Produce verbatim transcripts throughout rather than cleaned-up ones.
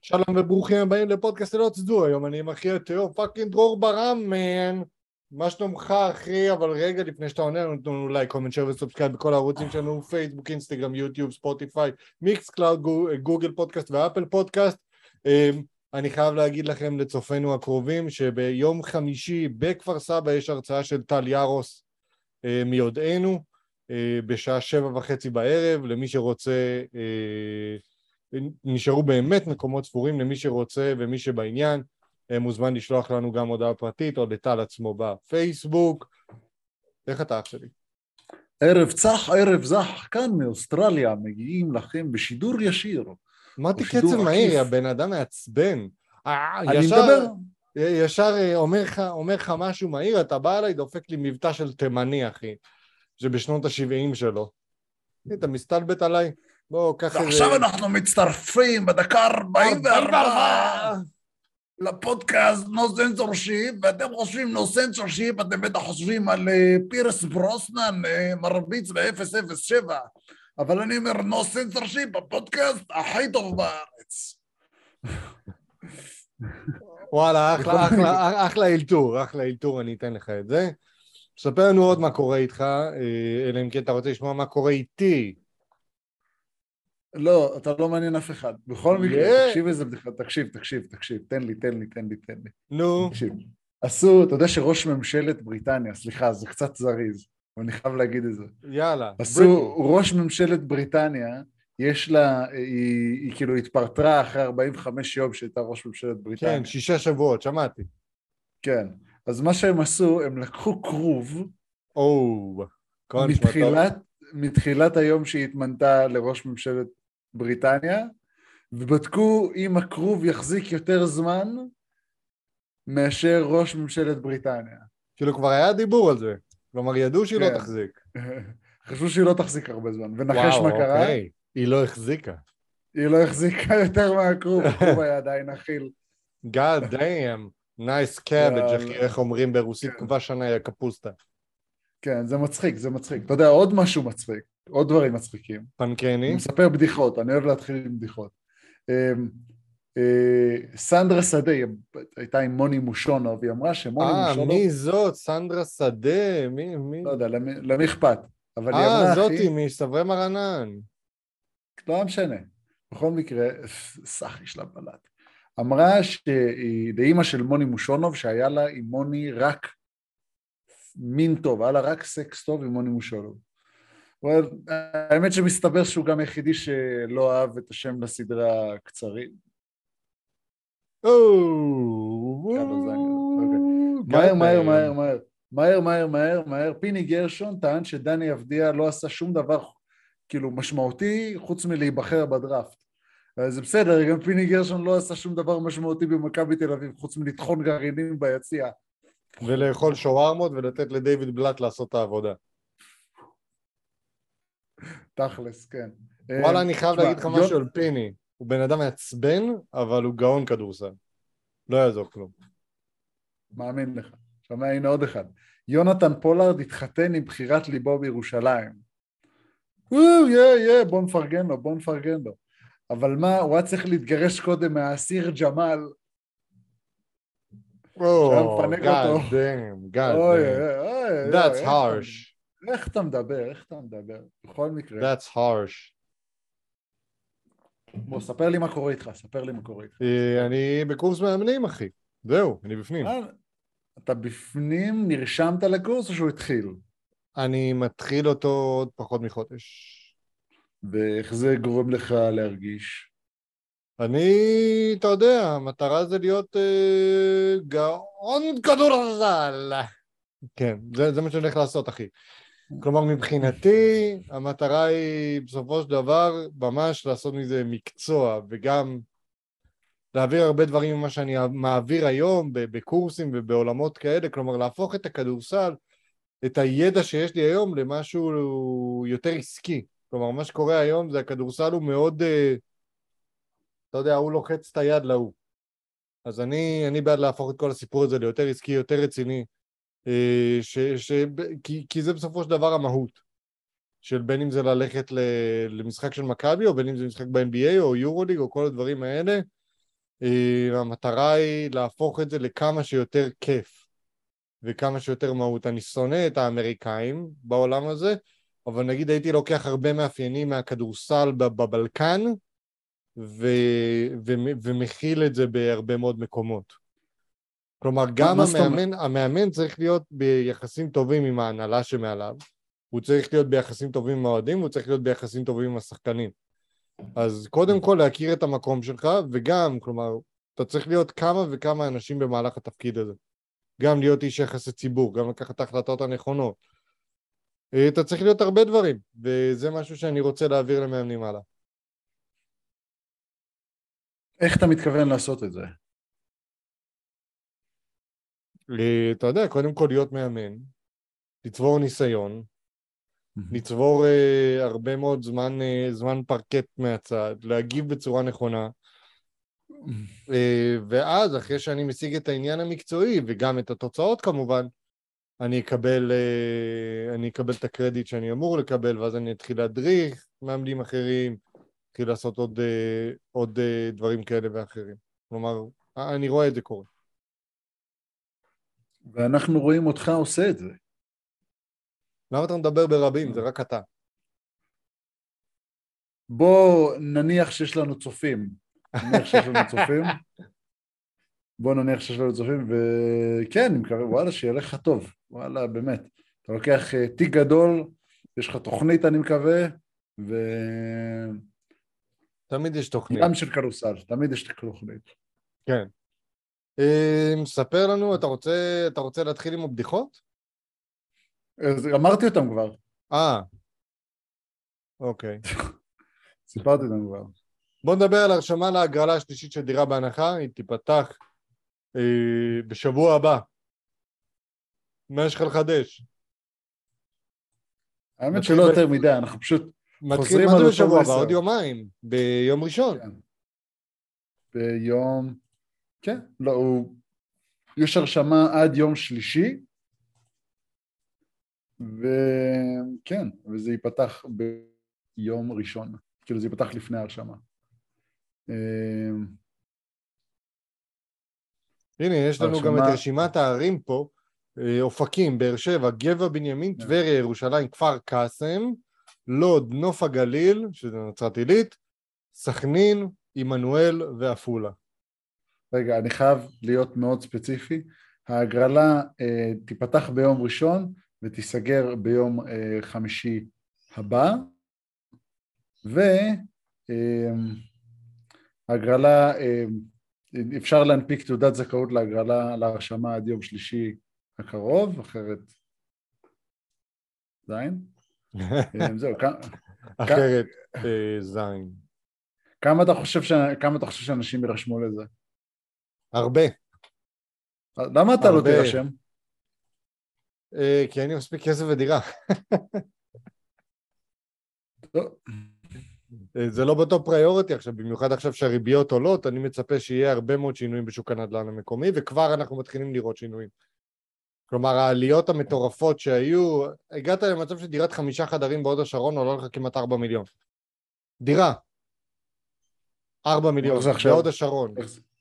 שלום וברוכים הבאים לפודקאסט ללא צדו. היום אני עם אחי התיאור פאקינג דרור ברם, מן. מה שלומך אחי? אבל רגע לפני שאתה עונה לנו, תנו לנו לייק, קומנט, שייר וסובסקרייב בכל הערוצים שלנו, פייסבוק, אינסטגרם, יוטיוב, ספוטיפיי, מיקס קלאוד, גוגל פודקאסט ואפל פודקאסט. אני חייב להגיד לכם לצופינו הקרובים שביום חמישי בכפר סבא יש הרצאה של טל ירוס מיודענו בשעה שבע וחצי בערב. למי שרוצה, נשארו באמת מקומות ספורים, למי שרוצה ומי שבעניין מוזמן לשלוח לנו גם הודעה פרטית או לטל עצמו בפייסבוק. איך אתה אח שלי? ערב צח, ערב זח, כאן מאוסטרליה מגיעים לכם בשידור ישיר. אמרתי קצב מהיר, יא בן אדם מעצבן. אני ישר, מדבר. ישר אומר לך, אומר לך משהו מהיר, אתה בא אליי, דופק לי מבטא של תימני אחי, שבשנות ה-שבעים שלו. אתה מסתלבט עליי? בוא, קח איזה... ועכשיו אנחנו מצטרפים בדקה ארבעים וארבע לפודקאסט נו סנסורשיפ, ואתם חושבים נו סנסורשיפ, אתם בטח חושבים על פירס ברוסנן מרביץ ב-אפס אפס שבע, אבל אני אומר נו סנסורשיפ, הפודקאסט הכי טוב בארץ. וואלה, אחלה, אחלה, אחלה אילתור, אחלה אילתור, אני אתן לך את זה. ספר לנו עוד מה קורה איתך, אלא אם כן אתה רוצה לשמוע מה קורה איתי. לא, אתה לא מעניין אף אחד. בכל מקרה, Yeah. תקשיב איזה בדיחה, תקשיב, תקשיב, תקשיב, תן לי, תן לי, תן לי, תן לי. נו. תקשיב. עשו, אתה יודע שראש ממשלת בריטניה, סליחה, זה קצת זריז, אבל אני חייב להגיד את זה. יאללה. עשו, ראש ממשלת בריטניה, יש לה, היא, היא כאילו התפרטרה אחרי ארבעים וחמישה יום שהייתה ראש ממשלת בריטניה. כן, שישה שבועות, שמעתי. כן. אז מה שהם עשו, הם לקחו כרוב, או, מתחילת, מתחילת היום שהיא התמנתה לראש ממשלת בריטניה, ובדקו אם הכרוב יחזיק יותר זמן מאשר ראש ממשלת בריטניה. כאילו כבר היה דיבור על זה, כלומר ידעו שהיא כן. לא תחזיק. חשבו שהיא לא תחזיק הרבה זמן, ונחש וואו, מה קרה? אוקיי. היא לא החזיקה. היא לא החזיקה יותר מהכרוב, הכרוב היה עדיין אכיל. God damn, nice cabbage, אחי, איך אומרים ברוסית, כן. קבשנה קפוסטה. כן, זה מצחיק, זה מצחיק. אתה יודע, עוד משהו מצחיק, עוד דברים מצחיקים. פנקני? אני מספר בדיחות, אני אוהב להתחיל עם בדיחות. סנדרה שדה, הייתה עם מוני מושונוב, היא אמרה שמוני מושונוב... אה, מי זאת? סנדרה שדה? מי? מי? לא יודע, למי אכפת. אה, זאתי, מסברי מרנן. לא משנה. בכל מקרה, סחי שלה בלט. אמרה שהיא לאמא של מוני מושונוב, שהיה לה עם מוני רק מין טוב, היה לה רק סקס טוב עם מוני מושונוב. האמת שמסתבר שהוא גם היחידי שלא אהב את השם לסדרה קצרים. מהר, מהר, מהר, מהר. מהר, מהר, מהר, מהר. פיני גרשון טען שדני אבדיה לא עשה שום דבר כאילו משמעותי חוץ מלהיבחר בדראפט. זה בסדר, גם פיני גרשון לא עשה שום דבר משמעותי במכבי תל אביב חוץ מלטחון גרעינים ביציאה. ולאכול שווארמות ולתת לדיוויד בלאט לעשות את העבודה. תכלס, כן. וואלה, אני חייב להגיד לך משהו על פיני. הוא בן אדם מעצבן, אבל הוא גאון כדורסל. לא יעזור כלום. מאמין לך. שומע, הנה עוד אחד. יונתן פולארד התחתן עם בחירת ליבו בירושלים. וואו, יא, יא, בוא נפרגן לו, בוא נפרגן לו. אבל מה, הוא היה צריך להתגרש קודם מהאסיר ג'מאל. Oh, God damn, God damn. That's harsh. איך אתה מדבר, איך אתה מדבר? בכל מקרה. That's harsh. בוא, ספר לי מה קורה איתך, ספר לי מה קורה איתך. אני בקורס מאמנים, אחי. זהו, אני בפנים. אתה בפנים, נרשמת לקורס או שהוא התחיל? אני מתחיל אותו עוד פחות מחודש. ואיך זה גורם לך להרגיש? אני, אתה יודע, המטרה זה להיות אה, גאון כדורסל. כן, זה, זה מה שאני הולך לעשות, אחי. כלומר, מבחינתי, המטרה היא בסופו של דבר ממש לעשות מזה מקצוע, וגם להעביר הרבה דברים ממה שאני מעביר היום בקורסים ובעולמות כאלה, כלומר, להפוך את הכדורסל, את הידע שיש לי היום למשהו יותר עסקי. כלומר, מה שקורה היום זה הכדורסל הוא מאוד... אתה יודע, הוא לוחץ את היד להוא. אז אני, אני בעד להפוך את כל הסיפור הזה ליותר עסקי, יותר רציני, ש, ש, כי, כי זה בסופו של דבר המהות, של בין אם זה ללכת למשחק של מכבי, או בין אם זה משחק ב-אן בי איי, או יורוליג, או כל הדברים האלה, המטרה היא להפוך את זה לכמה שיותר כיף וכמה שיותר מהות. אני שונא את האמריקאים בעולם הזה, אבל נגיד הייתי לוקח הרבה מאפיינים מהכדורסל בבלקן ו... ו... ומכיל את זה בהרבה מאוד מקומות. כלומר, גם המאמן, המאמן צריך להיות ביחסים טובים עם ההנהלה שמעליו, הוא צריך להיות ביחסים טובים עם האוהדים, הוא צריך להיות ביחסים טובים עם השחקנים. אז קודם כל להכיר את המקום שלך, וגם, כלומר, אתה צריך להיות כמה וכמה אנשים במהלך התפקיד הזה. גם להיות איש יחסי ציבור, גם לקחת את ההחלטות הנכונות. אתה צריך להיות הרבה דברים, וזה משהו שאני רוצה להעביר למאמנים הלאה. איך אתה מתכוון לעשות את זה? אתה יודע, קודם כל להיות מאמן, לצבור ניסיון, לצבור uh, הרבה מאוד זמן, uh, זמן פרקט מהצד, להגיב בצורה נכונה, uh, ואז אחרי שאני משיג את העניין המקצועי, וגם את התוצאות כמובן, אני אקבל, uh, אני אקבל את הקרדיט שאני אמור לקבל, ואז אני אתחיל להדריך מאמנים אחרים, אתחיל לעשות עוד, uh, עוד uh, דברים כאלה ואחרים. כלומר, אני רואה את זה קורה. ואנחנו רואים אותך עושה את זה. למה אתה מדבר ברבים? זה רק אתה. בוא נניח שיש לנו צופים. נניח שיש לנו צופים. בוא נניח שיש לנו צופים, וכן, אני מקווה, וואלה, שיהיה לך טוב. וואלה, באמת. אתה לוקח תיק גדול, יש לך תוכנית, אני מקווה, ו... תמיד יש תוכנית. גם של כדורסל, תמיד יש תוכנית. כן. ספר לנו, אתה רוצה, אתה רוצה להתחיל עם הבדיחות? אז אמרתי אותם כבר. אה, אוקיי. סיפרתי אותם כבר. בוא נדבר על הרשמה להגרלה השלישית של דירה בהנחה, היא תיפתח אה, בשבוע הבא. מה יש לך לחדש? האמת שלא יותר מדי, אנחנו פשוט חוזרים על אותו בשבוע הבא, מסר. עוד יומיים, ביום ראשון. כן. ביום, כן, לא, הוא... יש הרשמה עד יום שלישי, וכן, וזה ייפתח ביום ראשון, כאילו זה ייפתח לפני הרשמה. הנה, יש לנו גם את רשימת הערים פה, אופקים, באר שבע, גבע בנימין, טבריה, ירושלים, כפר קאסם, לוד, נוף הגליל, שזה נצרת עילית, סכנין, עמנואל ועפולה. רגע, אני חייב להיות מאוד ספציפי. ההגרלה אה, תיפתח ביום ראשון ותיסגר ביום אה, חמישי הבא, וההגרלה, אה, אפשר להנפיק תעודת זכאות להגרלה, להרשמה עד יום שלישי הקרוב, אחרת זין. זהו, אחרת זין. כמה אתה חושב ש... כמה אתה חושב שאנשים יירשמו לזה? הרבה. למה אתה לא תירשם? כי אין לי מספיק כסף ודירה. זה לא בטופ פריוריטי עכשיו, במיוחד עכשיו שהריביות עולות, אני מצפה שיהיה הרבה מאוד שינויים בשוק הנדל"ן המקומי, וכבר אנחנו מתחילים לראות שינויים. כלומר, העליות המטורפות שהיו, הגעת למצב שדירת חמישה חדרים בהוד השרון עולה לך כמעט ארבע מיליון. דירה. ארבע מיליון, בהוד השרון.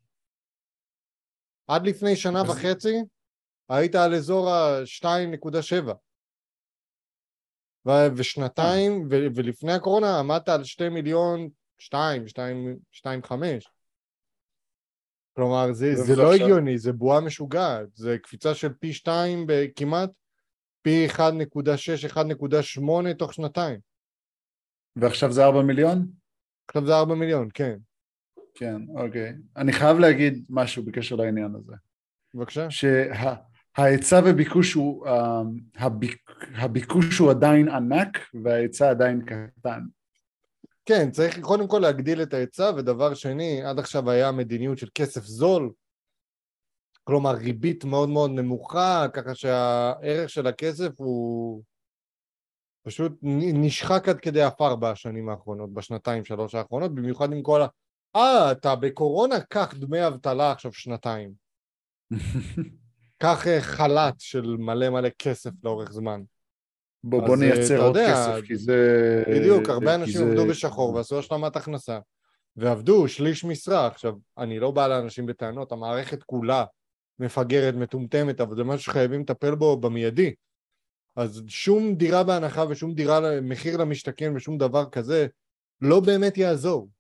עד לפני שנה וחצי, היית על אזור ה-שתיים נקודה שבע. ושנתיים, ולפני הקורונה עמדת על שתי מיליון, שתיים, שתיים, חמש. כלומר, זה, זה לא הגיוני, זה בועה משוגעת, זה קפיצה של פי שתיים בכמעט, פי אחת נקודה שש, אחת נקודה שמונה תוך שנתיים. ועכשיו זה ארבע מיליון? עכשיו זה ארבע מיליון, כן. כן, אוקיי. אני חייב להגיד משהו בקשר לעניין הזה. בבקשה. שההיצע וביקוש הוא, הביק, הביקוש הוא עדיין ענק, וההיצע עדיין קטן. כן, צריך קודם כל להגדיל את ההיצע, ודבר שני, עד עכשיו היה מדיניות של כסף זול, כלומר ריבית מאוד מאוד נמוכה, ככה שהערך של הכסף הוא פשוט נשחק עד כדי אפר בשנים האחרונות, בשנתיים, שלוש האחרונות, במיוחד עם כל ה... אה, אתה בקורונה, קח דמי אבטלה עכשיו שנתיים. קח חל"ת של מלא מלא כסף לאורך זמן. בוא, בוא נייצר עוד כסף, כי זה... בדיוק, הרבה אנשים עובדו בשחור ועשו השלמת הכנסה. ועבדו שליש משרה. עכשיו, אני לא בא לאנשים בטענות, המערכת כולה מפגרת, מטומטמת, אבל זה משהו שחייבים לטפל בו במיידי. אז שום דירה בהנחה ושום דירה, מחיר למשתכן ושום דבר כזה, לא באמת יעזור.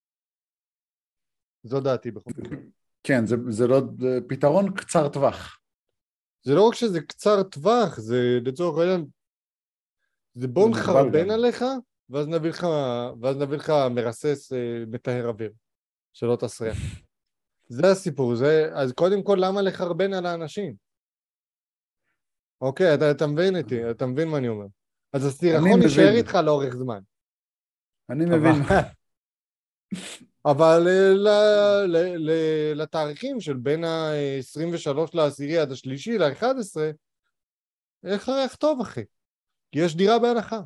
זו דעתי בכל מקרה. כן, זה, זה לא, זה פתרון קצר טווח. זה לא רק שזה קצר טווח, זה לצורך העניין, זה בוא נחרבן עליך, ואז נביא לך, ואז נביא לך מרסס מטהר אוויר, שלא תסריח. זה הסיפור, זה, אז קודם כל למה לחרבן על האנשים? אוקיי, אתה, אתה מבין איתי, אתה מבין מה אני אומר. אז הסירחון יישאר איתך לאורך זמן. אני מבין. אבל ל, ל, ל, לתאריכים של בין ה-עשרים ושלוש לעשירי עד השלישי, ל-אחד עשר, איך הריח טוב, אחי? כי יש דירה בהנחה.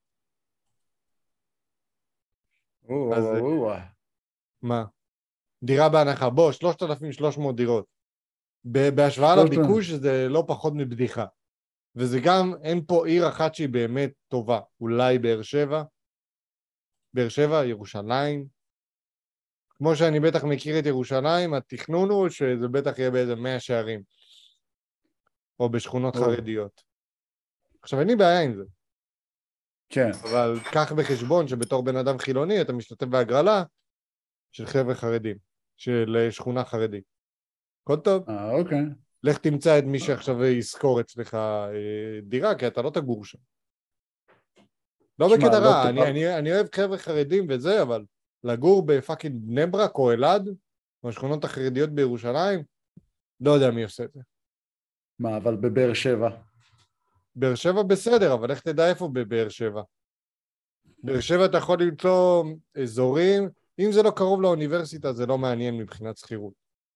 אז... מה? דירה בהנחה. בוא, שלושת אלפים ושלוש מאות דירות. בהשוואה לביקוש זה לא פחות מבדיחה. וזה גם, אין פה עיר אחת שהיא באמת טובה. אולי באר שבע, באר שבע, ירושלים. כמו שאני בטח מכיר את ירושלים, התכנון הוא שזה בטח יהיה באיזה מאה שערים. או בשכונות או. חרדיות. עכשיו, אין לי בעיה עם זה. כן. אבל קח בחשבון שבתור בן אדם חילוני, אתה משתתף בהגרלה של חבר'ה חרדים, של שכונה חרדית. כל טוב. אה, אוקיי. לך תמצא את מי שעכשיו יזכור אצלך דירה, כי אתה לא תגור שם. לא בקטע רע, אני, אני, אני אוהב חבר'ה חרדים וזה, אבל לגור בפאקינג בני ברק או אלעד, בשכונות החרדיות בירושלים, לא יודע מי עושה את זה. מה, אבל בבאר שבע? באר שבע בסדר, אבל איך תדע איפה בבאר שבע? באר שבע אתה יכול למצוא אזורים, אם זה לא קרוב לאוניברסיטה, זה לא מעניין מבחינת שכירות.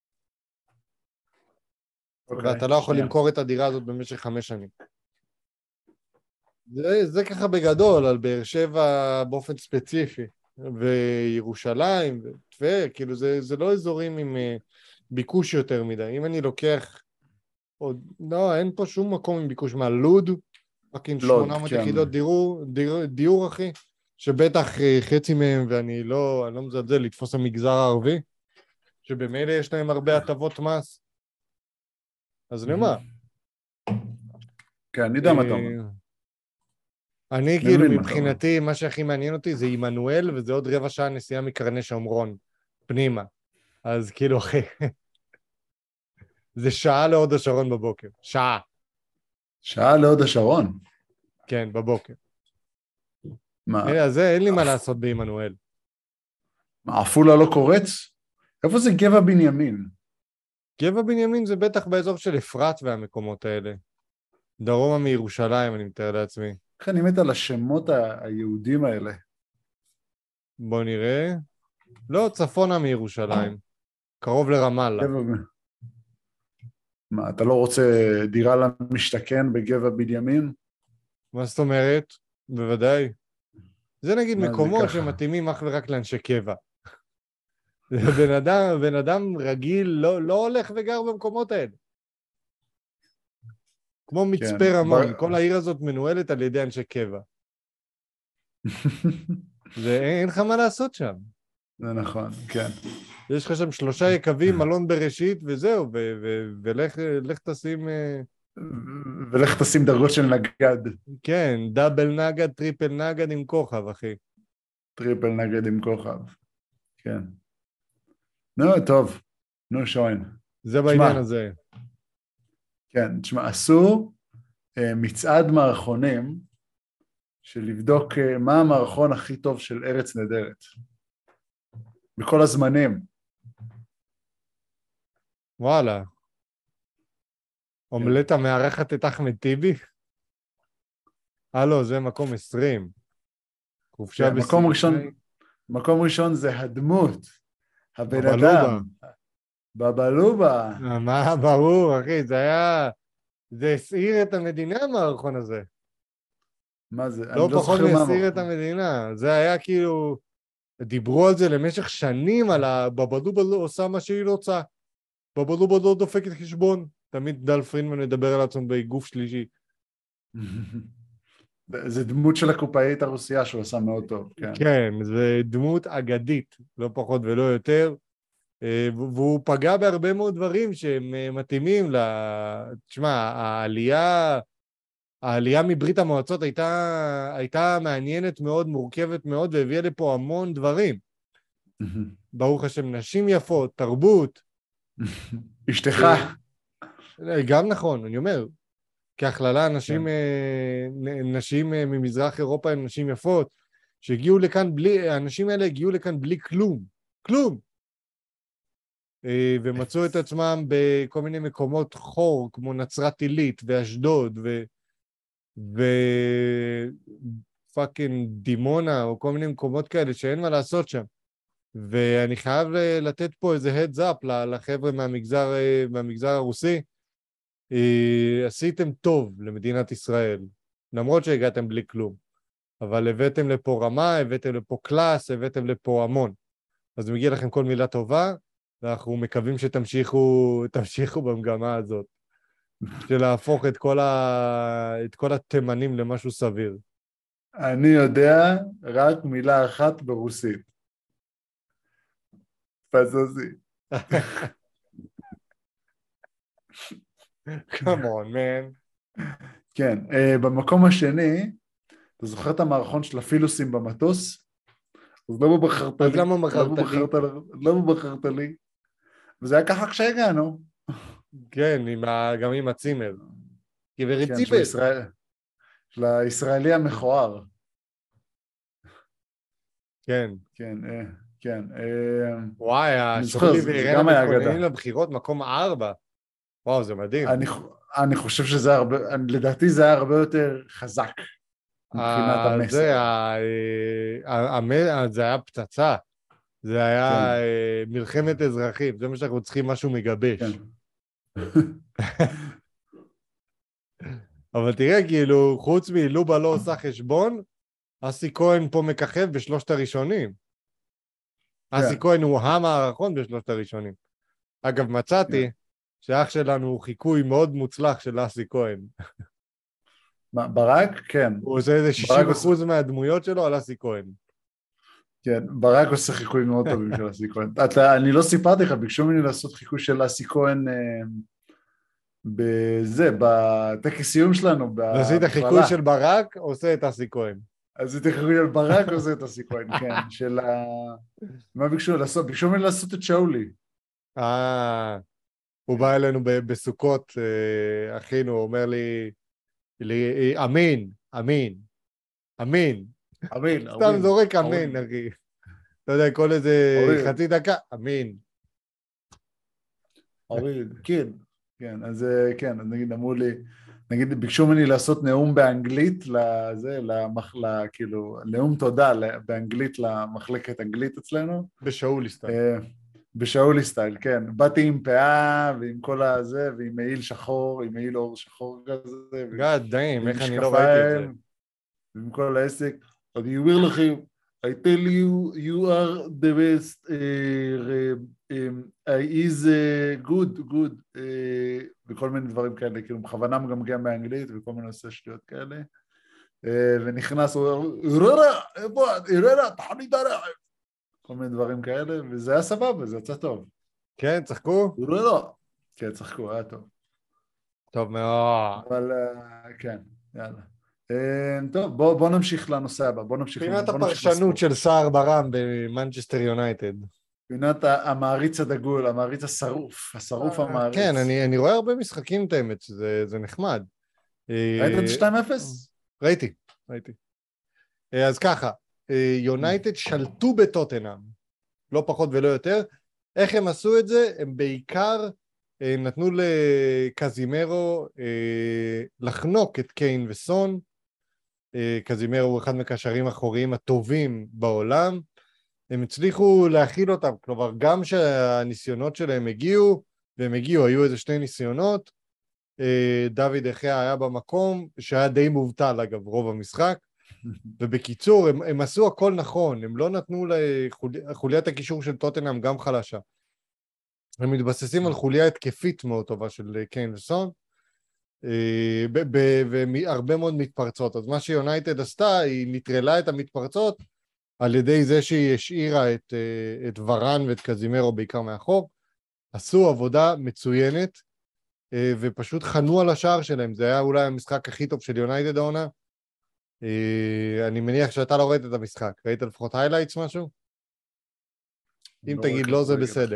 Okay, ואתה לא יכול למכור את הדירה הזאת במשך חמש שנים. זה, זה ככה בגדול, על באר שבע באופן ספציפי, וירושלים, וטבריה, כאילו זה, זה לא אזורים עם uh, ביקוש יותר מדי. אם אני לוקח, עוד, לא, אין פה שום מקום עם ביקוש מהלוד, רק עם שמונה מאות יחידות דיור, דיור, דיור, אחי, שבטח uh, חצי מהם, ואני לא, אני לא מזלזל, לתפוס המגזר הערבי, שבמילא יש להם הרבה הטבות מס, אז למה? כן, אני יודע מה אתה אומר. אני כאילו מבחינתי, מה שהכי מעניין אותי זה עמנואל, וזה עוד רבע שעה נסיעה מקרני שומרון, פנימה. אז כאילו, אחי, זה שעה להוד השרון בבוקר. שעה. שעה להוד השרון? כן, בבוקר. מה? אז אין לי מה לעשות בעמנואל. מה, עפולה לא קורץ? איפה זה גבע בנימין? גבע בנימין זה בטח באזור של אפרת והמקומות האלה. דרומה מירושלים, אני מתאר לעצמי. איך אני מת על השמות היהודים האלה? בוא נראה. לא, צפונה מירושלים. קרוב לרמאללה. מה, אתה לא רוצה דירה למשתכן בגבע בנימין? מה זאת אומרת? בוודאי. זה נגיד מקומות שמתאימים אך ורק לאנשי קבע. בן אדם, בן אדם רגיל לא, לא הולך וגר במקומות האלה. כמו מצפה כן, רמון, בר... כל העיר הזאת מנוהלת על ידי אנשי קבע. זה, אין לך מה לעשות שם. זה נכון, כן. יש לך שם שלושה יקבים, מלון בראשית וזהו, ו- ו- ולך לך תשים... ולך תשים דרגות של נגד. כן, דאבל נגד, טריפל נגד עם כוכב, אחי. טריפל נגד עם כוכב, כן. נו, טוב. נו, שוין. זה בעניין הזה. כן, תשמע, עשו uh, מצעד מערכונים של לבדוק uh, מה המערכון הכי טוב של ארץ נהדרת. בכל הזמנים. וואלה. אומלטה מארחת את אחמד טיבי? הלו, זה מקום עשרים. חופשה כן, מקום ראשון, מקום ראשון זה הדמות, הבן בבלובה. אדם. בבלובה. מה, ברור, אחי, זה היה... זה הסעיר את המדינה, המערכון הזה. מה זה? לא פחות מסעיר את המדינה. זה היה כאילו... דיברו על זה למשך שנים, על הבבלובה לא עושה מה שהיא רוצה. בבלובה לא דופקת חשבון. תמיד דל פרינמן מדבר על עצמו בגוף שלישי. זה דמות של הקופאית הרוסיה שהוא עשה מאוד טוב, כן. כן, זה דמות אגדית, לא פחות ולא יותר, והוא פגע בהרבה מאוד דברים שהם מתאימים ל... תשמע, העלייה, העלייה מברית המועצות הייתה, הייתה מעניינת מאוד, מורכבת מאוד, והביאה לפה המון דברים. ברוך השם, נשים יפות, תרבות. אשתך. גם נכון, אני אומר, כהכללה, נשים, נשים ממזרח אירופה הן נשים יפות, שהגיעו לכאן בלי, האנשים האלה הגיעו לכאן בלי כלום, כלום. ומצאו את עצמם בכל מיני מקומות חור, כמו נצרת עילית ואשדוד ו... ופאקינג דימונה, או כל מיני מקומות כאלה שאין מה לעשות שם. ואני חייב לתת פה איזה heads up לחבר'ה מהמגזר, מהמגזר הרוסי. עשיתם טוב למדינת ישראל, למרות שהגעתם בלי כלום. אבל הבאתם לפה רמה, הבאתם לפה קלאס, הבאתם לפה המון. אז מגיע לכם כל מילה טובה, ואנחנו מקווים שתמשיכו תמשיכו במגמה הזאת, של להפוך את כל, ה... את כל התימנים למשהו סביר. אני יודע רק מילה אחת ברוסית. פזוזי. Come on, man. כן, uh, במקום השני, אתה זוכר את המערכון של הפילוסים במטוס? אז למה בחרת לי? אז למה בחרת לי? למה בחרת לי? וזה היה ככה כשהגענו. כן, עם ה... גם עם הצימר. גברת כן, צימר. של, ישראל... של הישראלי המכוער. כן. כן, uh, כן. Uh, וואי, השולי ואירנה מתכוננים לבחירות, מקום ארבע. וואו, זה מדהים. אני, אני חושב שזה הרבה, לדעתי זה היה הרבה יותר חזק. מבחינת המסר. זה, זה היה פצצה. זה היה מלחמת אזרחים. זה מה שאנחנו צריכים, משהו מגבש. אבל תראה, כאילו, חוץ מלובה לא עושה חשבון, אסי כהן פה מככב בשלושת הראשונים. אסי כהן הוא המערכון בשלושת הראשונים. אגב, מצאתי שאח שלנו הוא חיקוי מאוד מוצלח של אסי כהן. מה, ברק? כן. הוא עושה איזה שישים אחוז מהדמויות שלו על אסי כהן. כן, ברק עושה חיקוי מאוד טובים של אסי כהן. אני לא סיפרתי לך, ביקשו ממני לעשות חיקוי של אסי כהן בזה, בטקס סיום שלנו. עשית חיקוי של ברק, עושה את אסי כהן. עשית חיקוי של ברק, עושה את אסי כהן, כן. של ה... מה ביקשו לעשות? ביקשו ממני לעשות את שאולי. אה, הוא בא אלינו בסוכות, אחינו, הוא אומר לי, אמין, אמין, אמין. אמין, סתם זורק אמין, אחי. אתה יודע, כל איזה חצי דקה, אמין. אמין, כן. כן, אז כן, אז נגיד אמרו לי, נגיד ביקשו ממני לעשות נאום באנגלית לזה, למחלה, כאילו, נאום תודה באנגלית למחלקת אנגלית אצלנו. בשאולי סטייל. בשאולי סטייל, כן. באתי עם פאה ועם כל הזה, ועם מעיל שחור, עם מעיל אור שחור כזה. גאד דיים, איך אני לא ראיתי את זה. ועם כל העסק. אני אומר לכם, I tell you, you are the best, uh, um, I is uh, good, good, uh, וכל מיני דברים כאלה, כאילו בכוונה מגמגם באנגלית וכל מיני עושה שטויות כאלה, uh, ונכנס, הוא אומר, איררה, איפה את, איררה, תחני דרך, כל מיני דברים כאלה, וזה היה סבבה, זה יצא טוב. כן, צחקו? איררה. כן, צחקו, היה טוב. טוב מאוד. אבל, uh, כן, יאללה. טוב, בוא, בוא נמשיך לנושא הבא, בוא נמשיך. פינת הפרשנות של סער ברם במנצ'סטר יונייטד. פינת המעריץ הדגול, המעריץ השרוף, השרוף המעריץ. כן, אני, אני רואה הרבה משחקים את האמת, שזה, זה נחמד. ראית את שתיים אפס? ראיתי, ראיתי. אז ככה, יונייטד שלטו בטוטנהאם, לא פחות ולא יותר. איך הם עשו את זה? הם בעיקר נתנו לקזימרו לחנוק את קיין וסון. קזימרו הוא אחד מקשרים אחוריים הטובים בעולם. הם הצליחו להכיל אותם, כלומר גם שהניסיונות שלהם הגיעו, והם הגיעו, היו איזה שני ניסיונות. דוד אחיה היה במקום, שהיה די מובטל אגב רוב המשחק, ובקיצור הם, הם עשו הכל נכון, הם לא נתנו לחוליית הקישור של טוטנהאם גם חלשה. הם מתבססים על חוליה התקפית מאוד טובה של קיין וסון, והרבה מאוד מתפרצות. אז מה שיונייטד עשתה, היא נטרלה את המתפרצות על ידי זה שהיא השאירה את, את ורן ואת קזימרו בעיקר מאחור. עשו עבודה מצוינת, ופשוט חנו על השער שלהם. זה היה אולי המשחק הכי טוב של יונייטד העונה. אני מניח שאתה לא ראית את המשחק. ראית לפחות היילייטס משהו? אם תגיד לא, זה בסדר.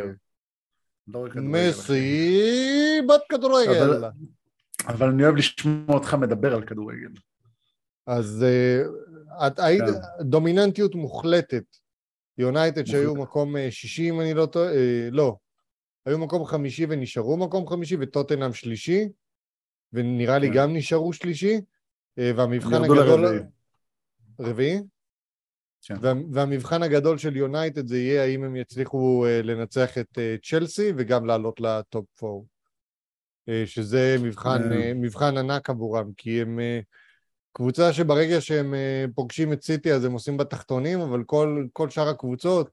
מסי, בת כדורגל. אבל אני אוהב לשמוע אותך מדבר על כדורגל. אז את היית דומיננטיות מוחלטת. יונייטד שהיו מקום שישי, אם אני לא טועה, לא. היו מקום חמישי ונשארו מקום חמישי, וטוטנהאם שלישי, ונראה לי גם נשארו שלישי, והמבחן הגדול... רביעי? והמבחן הגדול של יונייטד זה יהיה האם הם יצליחו לנצח את צ'לסי, וגם לעלות לטופ פור. שזה מבחן, מבחן ענק עבורם, כי הם קבוצה שברגע שהם פוגשים את סיטי, אז הם עושים בתחתונים, אבל כל, כל שאר הקבוצות,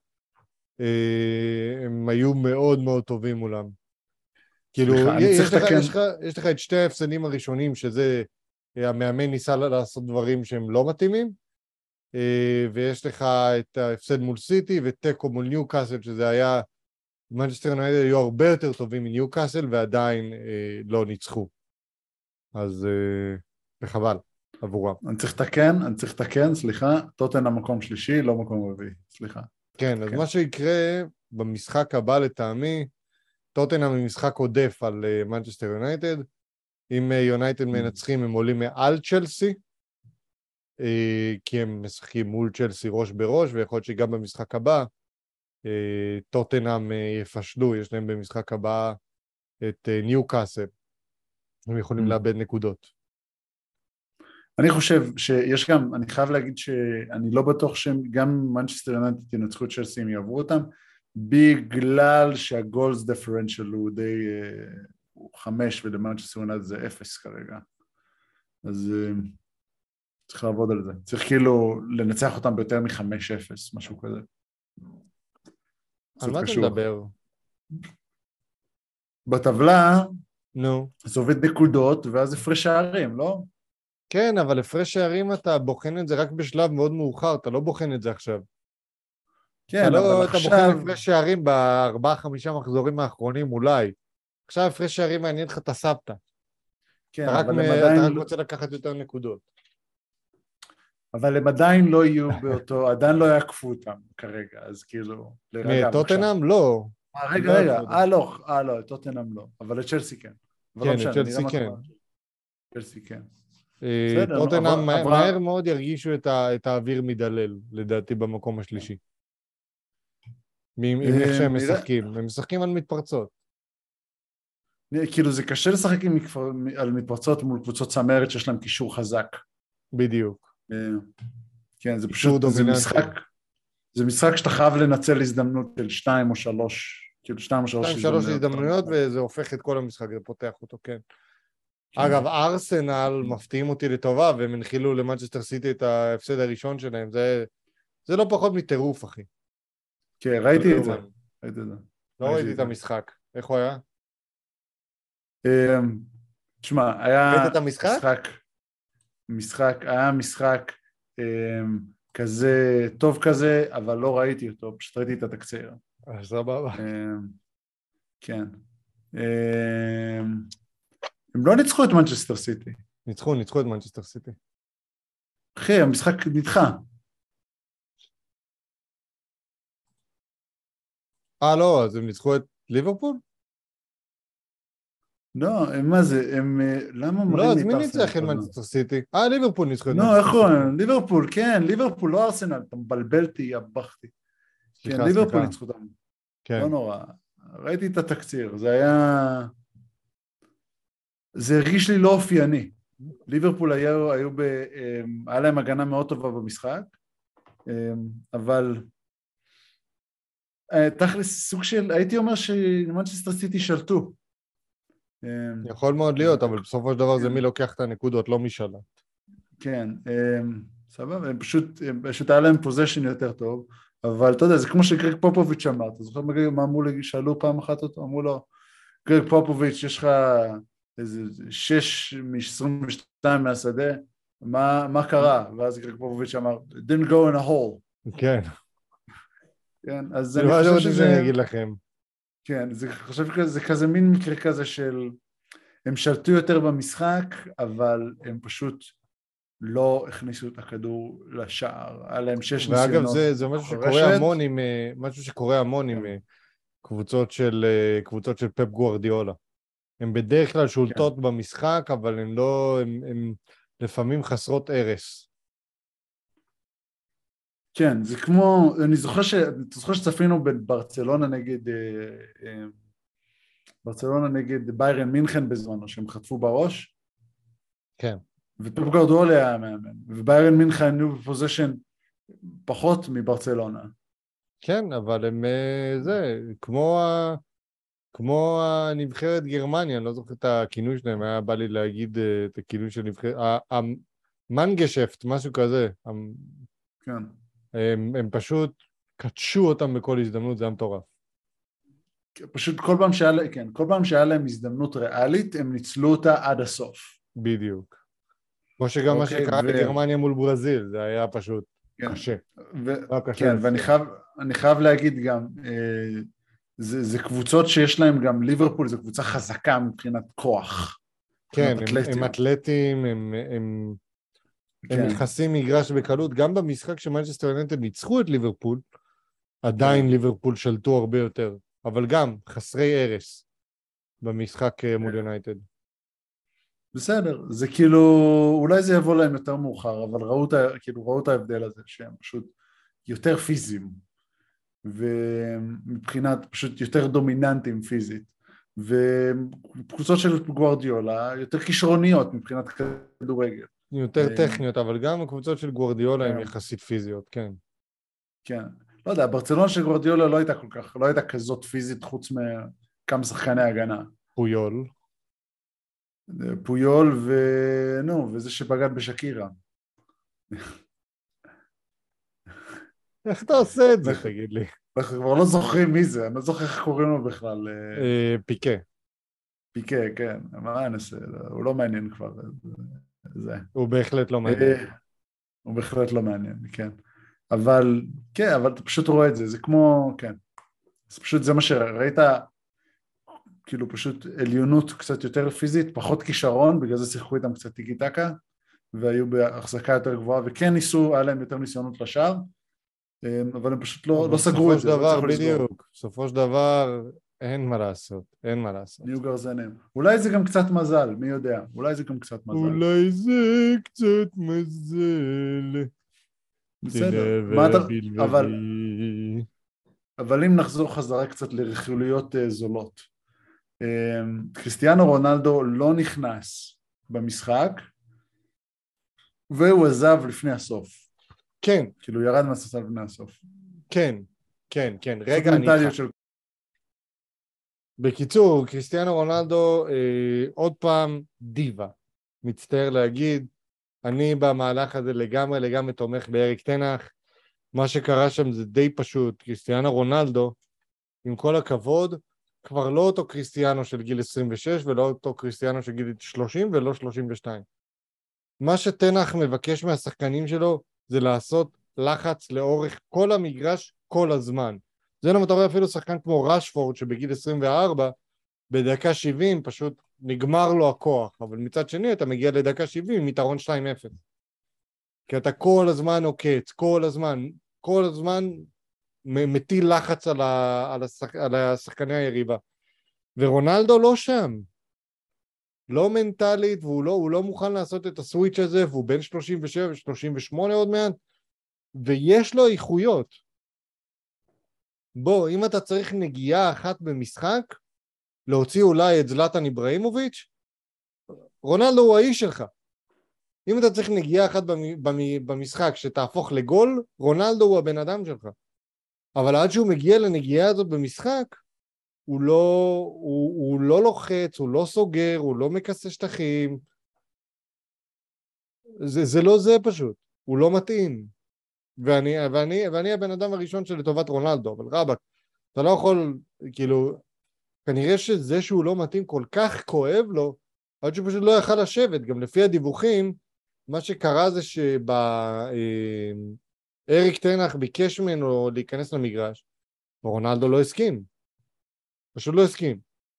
הם היו מאוד מאוד טובים מולם. כאילו, יש לך, יש לך, יש לך את שתי ההפסדים הראשונים, שזה המאמן ניסה לעשות דברים שהם לא מתאימים, ויש לך את ההפסד מול סיטי, וטקו מול ניוקאסל, שזה היה, מנצ'סטר יונייטד היו הרבה יותר טובים מניוקאסל, ועדיין לא ניצחו. אז בחבל עבורם. אני צריך לתקן, אני צריך לתקן, סליחה, טוטנהאם מקום שלישי, לא מקום רביעי, סליחה. כן, אז מה שיקרה במשחק הבא לטעמי, טוטנהאם היא משחק עודף על מנצ'סטר יונייטד, אם יונייטד מנצחים הם עולים מעל צ'לסי, כי הם משחקים מול צ'לסי ראש בראש, ויכול להיות שגם במשחק הבא, טוטנהאם יפשלו, יש להם במשחק הבא את ניוקאסל, הם יכולים לאבד נקודות. אני חושב שיש גם, אני חייב להגיד שאני לא בטוח שגם מנצ'סטר יונייטד ינצחו את צ'לסי אם יעברו אותם, בגלל שהגולס דיפרנציאל הוא די הוא חמש, ולמנצ'סטר יונייטד זה אפס כרגע. אז צריך לעבוד על זה. צריך כאילו לנצח אותם ביותר מחמש אפס, משהו כזה. על מה אתה מדבר? בטבלה, נו. זה עובד נקודות, ואז הפרש שערים, לא? כן, אבל הפרש שערים אתה בוחן את זה רק בשלב מאוד מאוחר, אתה לא בוחן את זה עכשיו. כן, אתה אבל לא, עכשיו... אתה בוחן הפרש שערים בארבעה, חמישה מחזורים האחרונים אולי. עכשיו הפרש שערים מעניין לך את הסבתא. כן, אתה רק, אבל מ... הם עדיין... אתה רק רוצה לקחת יותר נקודות. אבל הם עדיין לא יהיו באותו, עדיין לא יעקפו אותם כרגע, אז כאילו... טוטנהאם לא. רגע, רגע, אה לא, אה לא, טוטנהאם לא, אבל לצ'לסי כן. כן, לצ'לסי כן. צ'לסי כן. טוטנהאם מהר מאוד ירגישו את האוויר מדלל, לדעתי במקום השלישי. עם איך שהם משחקים. הם משחקים על מתפרצות. כאילו זה קשה לשחק על מתפרצות מול קבוצות צמרת שיש להם קישור חזק. בדיוק. כן, זה פשוט, זה משחק, זה משחק שאתה חייב לנצל הזדמנות של שתיים או שלוש, כאילו שתיים או שלוש הזדמנויות. שתיים, שלוש הזדמנויות וזה הופך את כל המשחק, זה פותח אותו, כן. אגב, ארסנל מפתיעים אותי לטובה, והם הנחילו למנצ'סטר סיטי את ההפסד הראשון שלהם, זה, זה לא פחות מטירוף, אחי. כן, ראיתי את זה. ראיתי את זה. לא ראיתי את המשחק. איך הוא היה? תשמע, היה... ראית את המשחק? משחק, היה משחק כזה, טוב כזה, אבל לא ראיתי אותו, פשוט ראיתי את התקציר. סבבה. כן. הם לא ניצחו את מנצ'סטר סיטי. ניצחו, ניצחו את מנצ'סטר סיטי. אחי, המשחק נדחה. אה, לא, אז הם ניצחו את ליברפול? לא, הם מה זה, הם, למה לא, אז מי ניצח את מנצ'סטר סיטי? אה, ליברפול ניצחו את מנצ'סטר סיטי. לא, נכון, ליברפול, כן, ליברפול, לא ארסנל, אתה מבלבלתי, יבחתי. כן, ליברפול ניצחו אותם. לא נורא. ראיתי את התקציר, זה היה... זה הרגיש לי לא אופייני. ליברפול היו, היו ב... היה להם הגנה מאוד טובה במשחק, אבל תכלס סוג של, הייתי אומר שמנצ'סטר סיטי שלטו. יכול מאוד להיות, אבל בסופו של דבר זה מי לוקח את הנקודות, לא מי שלט. כן, סבבה, הם פשוט, פשוט היה להם פוזיישן יותר טוב, אבל אתה יודע, זה כמו שגרג פופוביץ' אמר, אתה זוכר מה אמרו לי, שאלו פעם אחת אותו, אמרו לו, גרג פופוביץ', יש לך איזה שש מ-עשרים ושתיים מהשדה, מה, מה קרה? ואז גרג פופוביץ' אמר, didn't go in a hole. כן. כן, אז כאילו, אני מה אתם חושב רוצים שזה... שאני אגיד לכם? כן, זה חושב שזה כזה מין מקרה כזה של... הם שלטו יותר במשחק, אבל הם פשוט לא הכניסו את הכדור לשער. היה להם שש ואגב, ניסיונות. זה, זה משהו שקורה המון עם, משהו שקורה המון עם קבוצות של, קבוצות של פפ גוארדיולה. הן בדרך כלל שולטות במשחק, אבל הן לא, הן, הן לפעמים חסרות ערס. כן, זה כמו, אני זוכר ש... אתה זוכר שצפינו בברצלונה נגד, ברצלונה נגד ביירן מינכן בזמנו, שהם חטפו בראש? כן. ופפ גוארדיולה היה מאמן, וביירן מינכן היו בפוזיישן פחות מברצלונה. כן, אבל הם, זה, כמו ה... כמו הנבחרת גרמניה, אני לא זוכר את הכינוי שלהם, היה בא לי להגיד את הכינוי של נבחרת, המנגשפט, משהו כזה. כן. הם, הם פשוט קדשו אותם בכל הזדמנות, זה היה מטורף. פשוט כל פעם שהיה, כן, כל פעם שהיה להם הזדמנות ריאלית, הם ניצלו אותה עד הסוף. בדיוק. כמו שגם מה שקרה לגרמניה מול ברזיל, זה היה פשוט קשה. כן, ואני חייב, אני חייב להגיד גם, זה, זה קבוצות שיש להם גם, ליברפול זו קבוצה חזקה מבחינת כוח. כן, הם, הם אתלטים, הם, הם, כן. הם נכנסים מגרש בקלות, גם במשחק שמנצ'סטר יונייטד ניצחו את ליברפול, עדיין כן. ליברפול שלטו הרבה יותר, אבל גם חסרי ערס במשחק כן. מול יונייטד. בסדר, זה כאילו, אולי זה יבוא להם יותר מאוחר, אבל ראו, כאילו, ראו את ההבדל הזה, שהם פשוט יותר פיזיים, ומבחינת פשוט יותר דומיננטיים פיזית, וקבוצות של גוארדיולה יותר כישרוניות מבחינת כדורגל. יותר טכניות, אבל גם הקבוצות של גוארדיולה הן יחסית פיזיות, כן. כן, לא יודע, ברצלונה של גוארדיולה לא הייתה כל כך, לא הייתה כזאת פיזית חוץ מכמה שחקני הגנה. פויול. פויול ונו, וזה שבגד בשקירה. איך אתה עושה את זה, תגיד לי? אנחנו כבר לא זוכרים מי זה, אני לא זוכר איך קוראים לו בכלל. פיקה. פיקה, כן, מה נעשה, הוא לא מעניין כבר. הוא בהחלט לא מעניין. הוא בהחלט לא מעניין, כן. אבל, כן, אבל אתה פשוט רואה את זה, זה כמו, כן. זה פשוט, זה מה שראית, כאילו פשוט עליונות קצת יותר פיזית, פחות כישרון, בגלל זה שיחקו איתם קצת טיקי טקה, והיו בהחזקה יותר גבוהה, וכן ניסו, היה להם יותר ניסיונות לשער, אבל הם פשוט לא, לא סגרו את זה. בסופו של דבר, בדיוק, בסופו של דבר, אין מה לעשות, אין מה לעשות. נהיו גרזנים. אולי זה גם קצת מזל, מי יודע, אולי זה גם קצת מזל. אולי זה קצת מזל. בסדר, אבל, אבל אם נחזור חזרה קצת לרכילויות זולות, קריסטיאנו רונלדו לא נכנס במשחק, והוא עזב לפני הסוף. כן. כאילו ירד מהספסל לפני הסוף. כן, כן, כן. רגע, אני איתך. של... בקיצור, קריסטיאנו רונלדו אה, עוד פעם דיבה. מצטער להגיד, אני במהלך הזה לגמרי לגמרי תומך באריק תנח. מה שקרה שם זה די פשוט. קריסטיאנו רונלדו, עם כל הכבוד, כבר לא אותו קריסטיאנו של גיל עשרים ושש, ולא אותו קריסטיאנו של גיל שלושים ולא שלושים ושתיים. מה שתנח מבקש מהשחקנים שלו, זה לעשות לחץ לאורך כל המגרש כל הזמן. זה למה אתה רואה אפילו שחקן כמו רשפורד, שבגיל עשרים וארבע, בדקה שבעים פשוט נגמר לו הכוח, אבל מצד שני אתה מגיע לדקה שבעים עם יתרון שתיים אפס. כי אתה כל הזמן עוקץ, כל הזמן, כל הזמן מטיל לחץ על, ה, על, השח, על השחקני היריבה. ורונלדו לא שם. לא מנטלית, והוא לא, הוא לא מוכן לעשות את הסוויץ' הזה, והוא בין שלושים ושבע שלושים ושמונה עוד מעט, ויש לו איכויות. בוא, אם אתה צריך נגיעה אחת במשחק, להוציא אולי את זלטן איברהימוביץ', רונלדו הוא האיש שלך. אם אתה צריך נגיעה אחת במשחק שתהפוך לגול, רונלדו הוא הבן אדם שלך. אבל עד שהוא מגיע לנגיעה הזאת במשחק, הוא לא, הוא, הוא לא לוחץ, הוא לא סוגר, הוא לא מכסה שטחים. זה, זה לא זה פשוט. הוא לא מתאים. ואני, ואני, ואני הבן אדם הראשון שלטובת רונלדו, אבל רבק, אתה לא יכול, כאילו, כנראה שזה שהוא לא מתאים כל כך כואב לו, עד שהוא פשוט לא יכל לשבת. גם לפי הדיווחים, מה שקרה זה שאריק תנח ביקש ממנו להיכנס למגרש, ורונלדו לא הסכים. פשוט לא הסכים.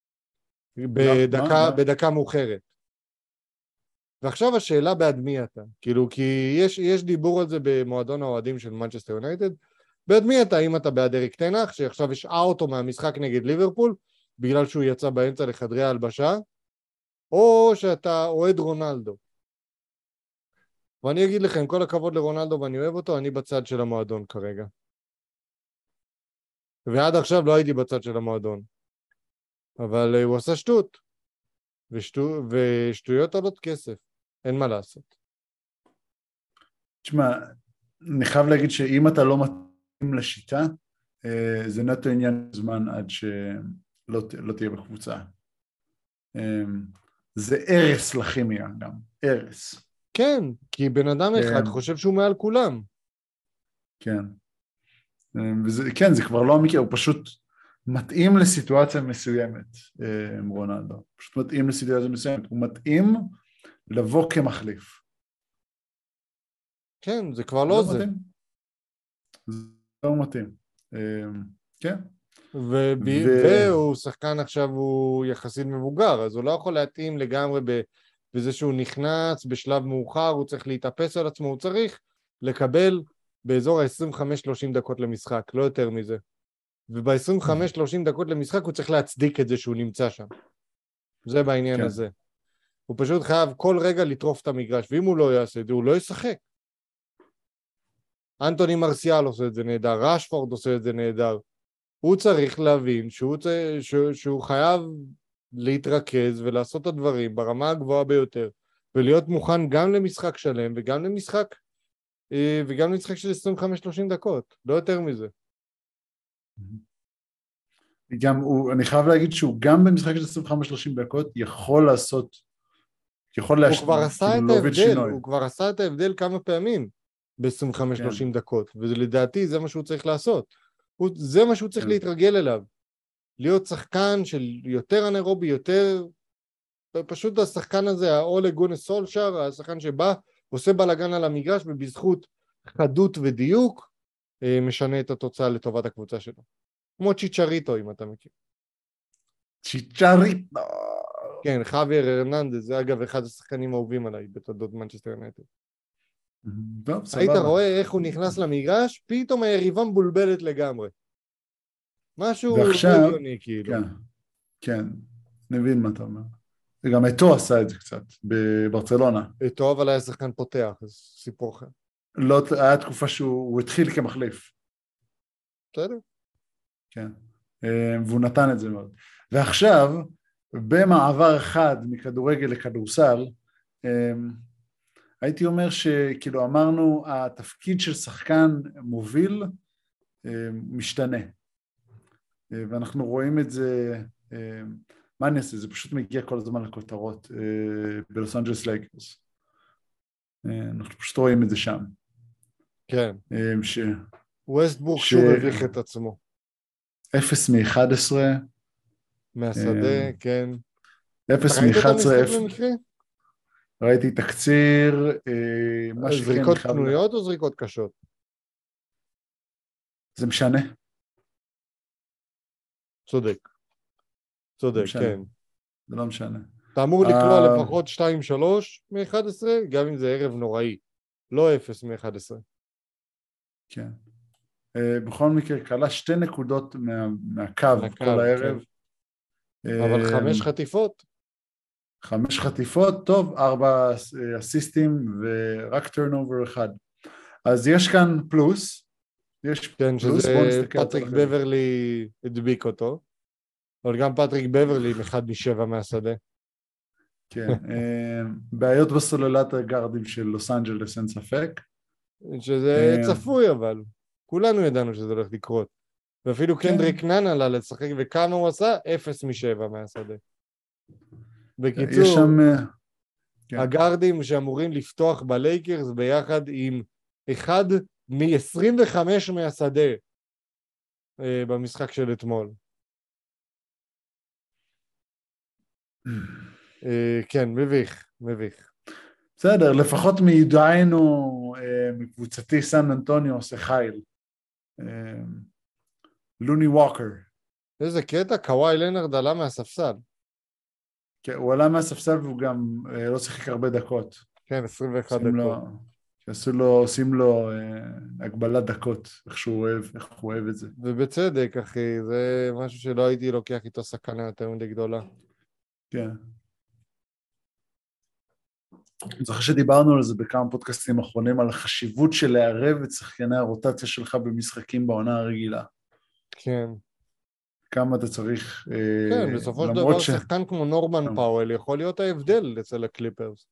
בדקה, בדקה מאוחרת. ועכשיו השאלה בעד מי אתה. כאילו, כי יש, יש דיבור על זה במועדון האוהדים של מנצ'סטר יונייטד. בעד מי אתה? אם אתה בעד אריק תנח, שעכשיו השעה אותו מהמשחק נגד ליברפול, בגלל שהוא יצא באמצע לחדרי ההלבשה, או שאתה אוהד רונלדו. ואני אגיד לכם, כל הכבוד לרונלדו ואני אוהב אותו, אני בצד של המועדון כרגע. ועד עכשיו לא הייתי בצד של המועדון. אבל הוא עשה שטות. ושטו... ושטויות עולות כסף. אין מה לעשות. תשמע, אני חייב להגיד שאם אתה לא מתאים לשיטה, זה נטו עניין זמן עד שלא לא תהיה בקבוצה. זה ערס לכימיה גם, ערס. כן, כי בן אדם אחד חושב שהוא מעל כולם. כן. וזה, כן, זה כבר לא המקרה, הוא פשוט מתאים לסיטואציה מסוימת, רונלדו. פשוט מתאים לסיטואציה מסוימת. הוא מתאים לבוא כמחליף. כן, זה כבר לא זה. זה לא מתאים. כן. והוא שחקן עכשיו, הוא יחסית מבוגר, אז הוא לא יכול להתאים לגמרי בזה שהוא נכנס בשלב מאוחר, הוא צריך להתאפס על עצמו, הוא צריך לקבל באזור ה-עשרים וחמש שלושים דקות למשחק, לא יותר מזה. וב-עשרים וחמש שלושים דקות למשחק הוא צריך להצדיק את זה שהוא נמצא שם. זה בעניין כן. הזה. הוא פשוט חייב כל רגע לטרוף את המגרש, ואם הוא לא יעשה את זה, הוא לא ישחק. אנטוני מרסיאל עושה את זה נהדר, רשפורד עושה את זה נהדר. הוא צריך להבין שהוא, שהוא, שהוא חייב להתרכז ולעשות את הדברים ברמה הגבוהה ביותר, ולהיות מוכן גם למשחק שלם וגם למשחק, וגם למשחק של עשרים וחמש שלושים דקות, לא יותר מזה. גם הוא, אני חייב להגיד שהוא גם במשחק של עשרים וחמש שלושים דקות יכול לעשות, יכול להש... הוא כבר עשה כאילו את ההבדל, שינוי. הוא כבר עשה את ההבדל כמה פעמים ב-עשרים וחמש שלושים כן. דקות, ולדעתי זה מה שהוא צריך לעשות. הוא, זה מה שהוא צריך כן. להתרגל אליו. להיות שחקן של יותר אנאירובי, יותר, פשוט השחקן הזה, האולה גונס סולשר, השחקן שבא, עושה בלגן על המגרש, ובזכות חדות ודיוק, משנה את התוצאה לטובת הקבוצה שלו. כמו צ'יצ'ריטו, אם אתה מכיר. צ'יצ'ריטו. כן, חוויר הרננדז, זה אגב אחד השחקנים האהובים עליי, בתולדות מנצ'סטר יונייטד. טוב, סבבה. היית רואה איך הוא נכנס למגרש, פתאום היריבה מבולבלת לגמרי. משהו ועכשיו, מיליוני, כאילו. כן, כן, נבין מה אתה אומר. וגם אתו עשה את זה קצת, בברצלונה. אתו, אבל היה שחקן פותח, אז סיפור אחר. לא, היה תקופה שהוא התחיל כמחליף. בסדר. כן, והוא נתן את זה מאוד. ועכשיו, במעבר אחד מכדורגל לכדורסל, הייתי אומר שכאילו אמרנו, התפקיד של שחקן מוביל משתנה. ואנחנו רואים את זה, מה אני אעשה? זה פשוט מגיע כל הזמן לכותרות בלוס אנג'לס לייקרס. אנחנו פשוט רואים את זה שם. כן. ש... ווסטברוק ש... שוב הביך את עצמו. אפס מ-אחת עשרה. מהשדה, כן. אפס מ-אחת עשרה. ראית את המשחק במקרה? ראיתי תקציר. זריקות פנויות או זריקות קשות? זה משנה. צודק. צודק, כן. זה לא משנה. אתה אמור לקלוע לפחות שתיים שלוש מ-אחת עשרה, גם אם זה ערב נוראי. לא אפס מ-אחת עשרה. כן. בכל מקרה, קלה שתי נקודות מהקו כל הערב. אבל חמש חטיפות. חמש חטיפות, טוב, ארבע אסיסטים ורק טרנובר אחד. אז יש כאן פלוס. יש כן, שזה פטריק בברלי הדביק אותו. אבל גם פטריק בברלי עם אחד משבע מהשדה. כן, בעיות בסוללת הגארדים של לוס אנג'לס, אין ספק. שזה צפוי, אבל כולנו ידענו שזה הולך לקרות. ואפילו קנדריק נאן עלה לשחק, וכמה הוא עשה? אפס משבע מהשדה. בקיצור, הגארדים שאמורים לפתוח בלייקרס ביחד עם אחד מ-עשרים וחמש מהשדה במשחק של אתמול. כן, מביך, מביך. בסדר, לפחות מיודענו, מקבוצתי סן אנטוניו עושה חייל. לוני ווקר. איזה קטע, קוואי לנארד עלה מהספסל. כן, הוא עלה מהספסל והוא גם לא שיחק הרבה דקות. כן, עשרים ואחת דקות. שעשו לו, עושים לו הגבלת דקות, איך שהוא אוהב, איך הוא אוהב את זה. ובצדק, אחי, זה משהו שלא הייתי לוקח איתו סכנה יותר מדי גדולה. כן. אני זוכר שדיברנו על זה בכמה פודקאסטים האחרונים, על החשיבות של לערב את שחקני הרוטציה שלך במשחקים בעונה הרגילה. כן. כמה אתה צריך... כן, בסופו של דבר שחקן כמו נורמן פאוול יכול להיות ההבדל אצל הקליפרס.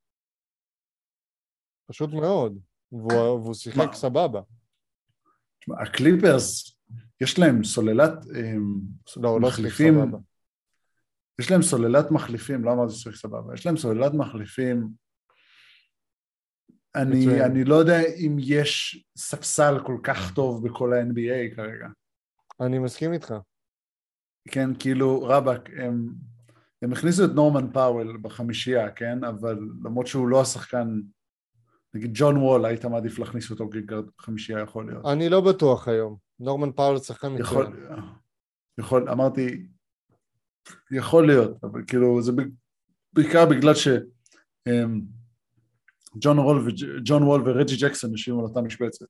פשוט מאוד. והוא שיחק סבבה. הקליפרס, יש להם סוללת מחליפים... יש להם סוללת מחליפים, לא אמרתי ששיחק סבבה, יש להם סוללת מחליפים... אני, אני לא יודע אם יש ספסל כל כך טוב בכל ה-אן בי איי כרגע. אני מסכים איתך. כן, כאילו, רבק, הם, הם הכניסו את נורמן פאוול בחמישייה, כן? אבל למרות שהוא לא השחקן, נגיד ג'ון וול, היית מעדיף להכניס אותו כחמישייה, יכול להיות. אני לא בטוח היום. נורמן פאוול שחקן מצוין. יכול, יכול, אמרתי, יכול להיות, אבל כאילו, זה בעיקר בגלל ש... ג'ון וול, ג'ון וול ורג'י ג'קסון יושבים על אותה משבצת.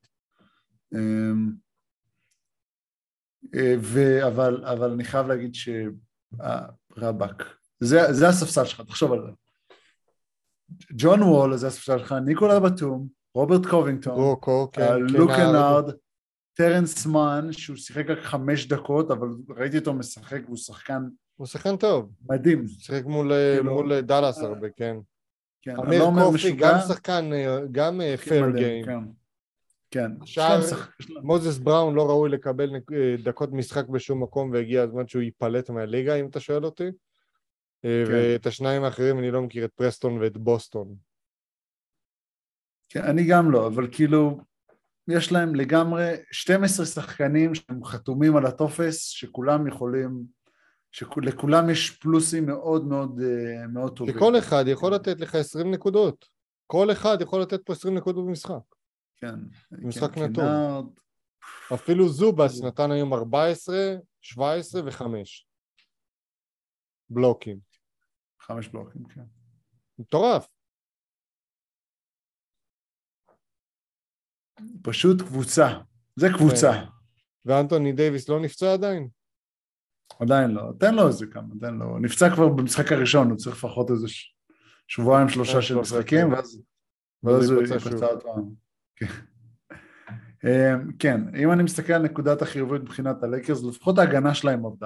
ו, אבל, אבל אני חייב להגיד שרבק, זה, זה הספסל שלך, תחשוב על זה. ג'ון וול, זה הספסל שלך, ניקולה בטום, רוברט קובינגטון, לוק קנארד, טרנס מן, שהוא שיחק רק חמש דקות, אבל ראיתי אותו משחק, והוא שחקן... הוא שחקן טוב. מדהים. שיחק מול, מול דלס הרבה, כן. כן, אמיר קופי, גם שחקן, גם פייר גיים. כן. השאר, מוזס בראון לא ראוי לקבל דקות משחק בשום מקום, והגיע הזמן שהוא ייפלט מהליגה, אם אתה שואל אותי. ואת השניים האחרים אני לא מכיר, את פרסטון ואת בוסטון. כן, אני גם לא, אבל כאילו, יש להם לגמרי שנים עשר שחקנים שהם חתומים על הטופס, שכולם יכולים... שלכולם יש פלוסים מאוד מאוד מאוד טובים. שכל אחד יכול לתת לך עשרים נקודות. כל אחד יכול לתת פה עשרים נקודות במשחק. כן. משחק נתון. אפילו זובס נתן היום ארבע עשרה, שבע עשרה ו-חמש. בלוקים. חמש בלוקים, כן. מטורף. פשוט קבוצה. זה קבוצה. ואנטוני דייביס לא נפצע עדיין? עדיין לא, תן לו איזה כמה, תן לו, נפצע כבר במשחק הראשון, הוא צריך לפחות איזה שבועיים שלושה של משחקים, ואז הוא יפצע אותו. כן, אם אני מסתכל על נקודת החיובית מבחינת הלייקרס, לפחות ההגנה שלהם עובדה.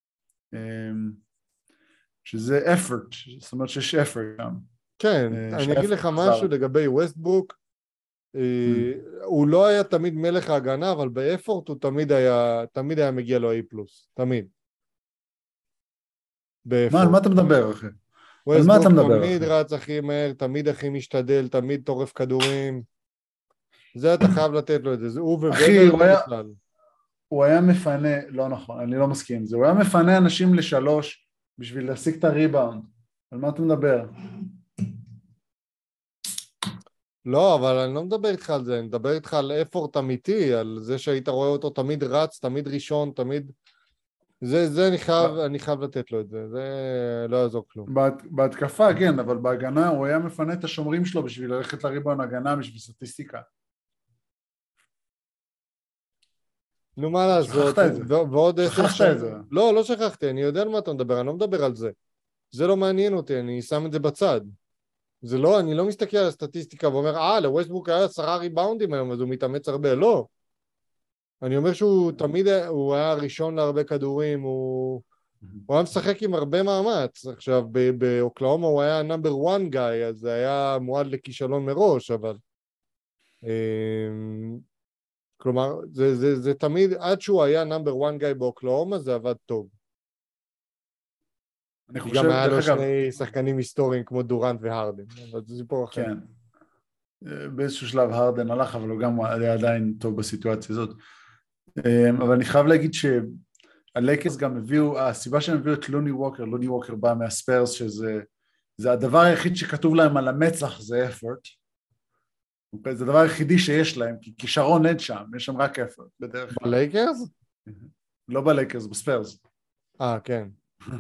שזה effort, זאת אומרת שיש effort גם. כן, אני אגיד לך משהו לגבי ווסטברוק, הוא לא היה תמיד מלך ההגנה, אבל באפורט הוא תמיד היה, תמיד היה מגיע לו A פלוס, תמיד. מה, על מה אתה מדבר, אחי? על מה אתה מדבר, אחי? תמיד רץ הכי מהר, תמיד הכי משתדל, תמיד טורף כדורים. זה אתה חייב לתת לו את זה, זה הוא ובדר בכלל. הוא היה מפנה, לא נכון, אני לא מסכים עם זה, הוא היה מפנה אנשים לשלוש בשביל להשיג את הריבאונד. על מה אתה מדבר? לא, אבל אני לא מדבר איתך על זה, אני מדבר איתך על אפורט אמיתי, על זה שהיית רואה אותו תמיד רץ, תמיד ראשון, תמיד... זה, זה אני חייב, אני חייב לתת לו את זה, זה לא יעזור כלום. בהתקפה, כן, אבל בהגנה הוא היה מפנה את השומרים שלו בשביל ללכת לריבאונד הגנה, בשביל סטטיסטיקה. נו, מה לעשות? שכחת את זה. ועוד שכחת את זה. לא, לא שכחתי, אני יודע על מה אתה מדבר, אני לא מדבר על זה. זה לא מעניין אותי, אני שם את זה בצד. זה לא, אני לא מסתכל על הסטטיסטיקה ואומר, אה, לווסטברוק היה עשרה ריבאונדים היום, אז הוא מתאמץ הרבה, לא. אני אומר שהוא תמיד, הוא היה ראשון להרבה כדורים, הוא, הוא היה משחק עם הרבה מאמץ. עכשיו, באוקלאומה הוא היה נאמבר וואן גאי, אז זה היה מועד לכישלון מראש, אבל... כלומר, זה, זה, זה תמיד, עד שהוא היה נאמבר וואן גאי באוקלאומה, זה עבד טוב. אני חושב, גם היה לו שני שחקנים היסטוריים כמו דורנט והרדן, אבל זה סיפור אחר. כן. באיזשהו שלב הרדן הלך, אבל הוא גם היה עדיין טוב בסיטואציה הזאת. אבל אני חייב להגיד שהלייקרס גם הביאו, הסיבה שהם הביאו את לוני ווקר, לוני ווקר בא מהספרס, שזה זה הדבר היחיד שכתוב להם על המצח, זה effort. זה הדבר היחידי שיש להם, כי כישרון אין שם, יש שם רק effort, בדרך כלל. בלייקרס? לא בלייקרס, בספיירס. אה, כן.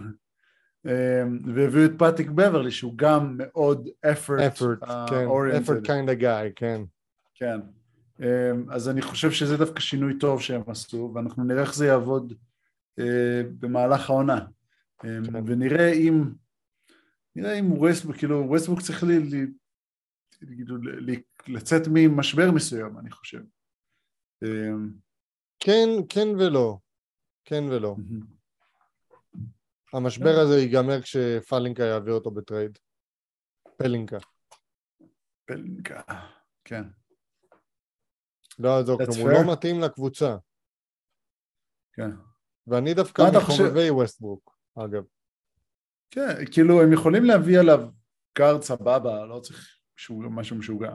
והביאו את פטריק בברלי, שהוא גם מאוד effort, effort, כן. oriented. effort kind of guy, כן. כן. אז אני חושב שזה דווקא שינוי טוב שהם עשו, ואנחנו נראה איך זה יעבוד במהלך העונה. ונראה אם, נראה אם ווסטבוק, כאילו, ווסטבוק צריך לי, לי, לי, לצאת ממשבר מסוים, אני חושב. כן, כן ולא. כן ולא. המשבר הזה ייגמר כשפלינקה יעביר אותו בטרייד. פלינקה. פלינקה, כן. לא, זה כלום, הוא לא מתאים לקבוצה. כן. ואני דווקא מחובבי ווסטברוק, אגב. כן, כאילו הם יכולים להביא עליו גארד סבבה, לא צריך משהו משוגע.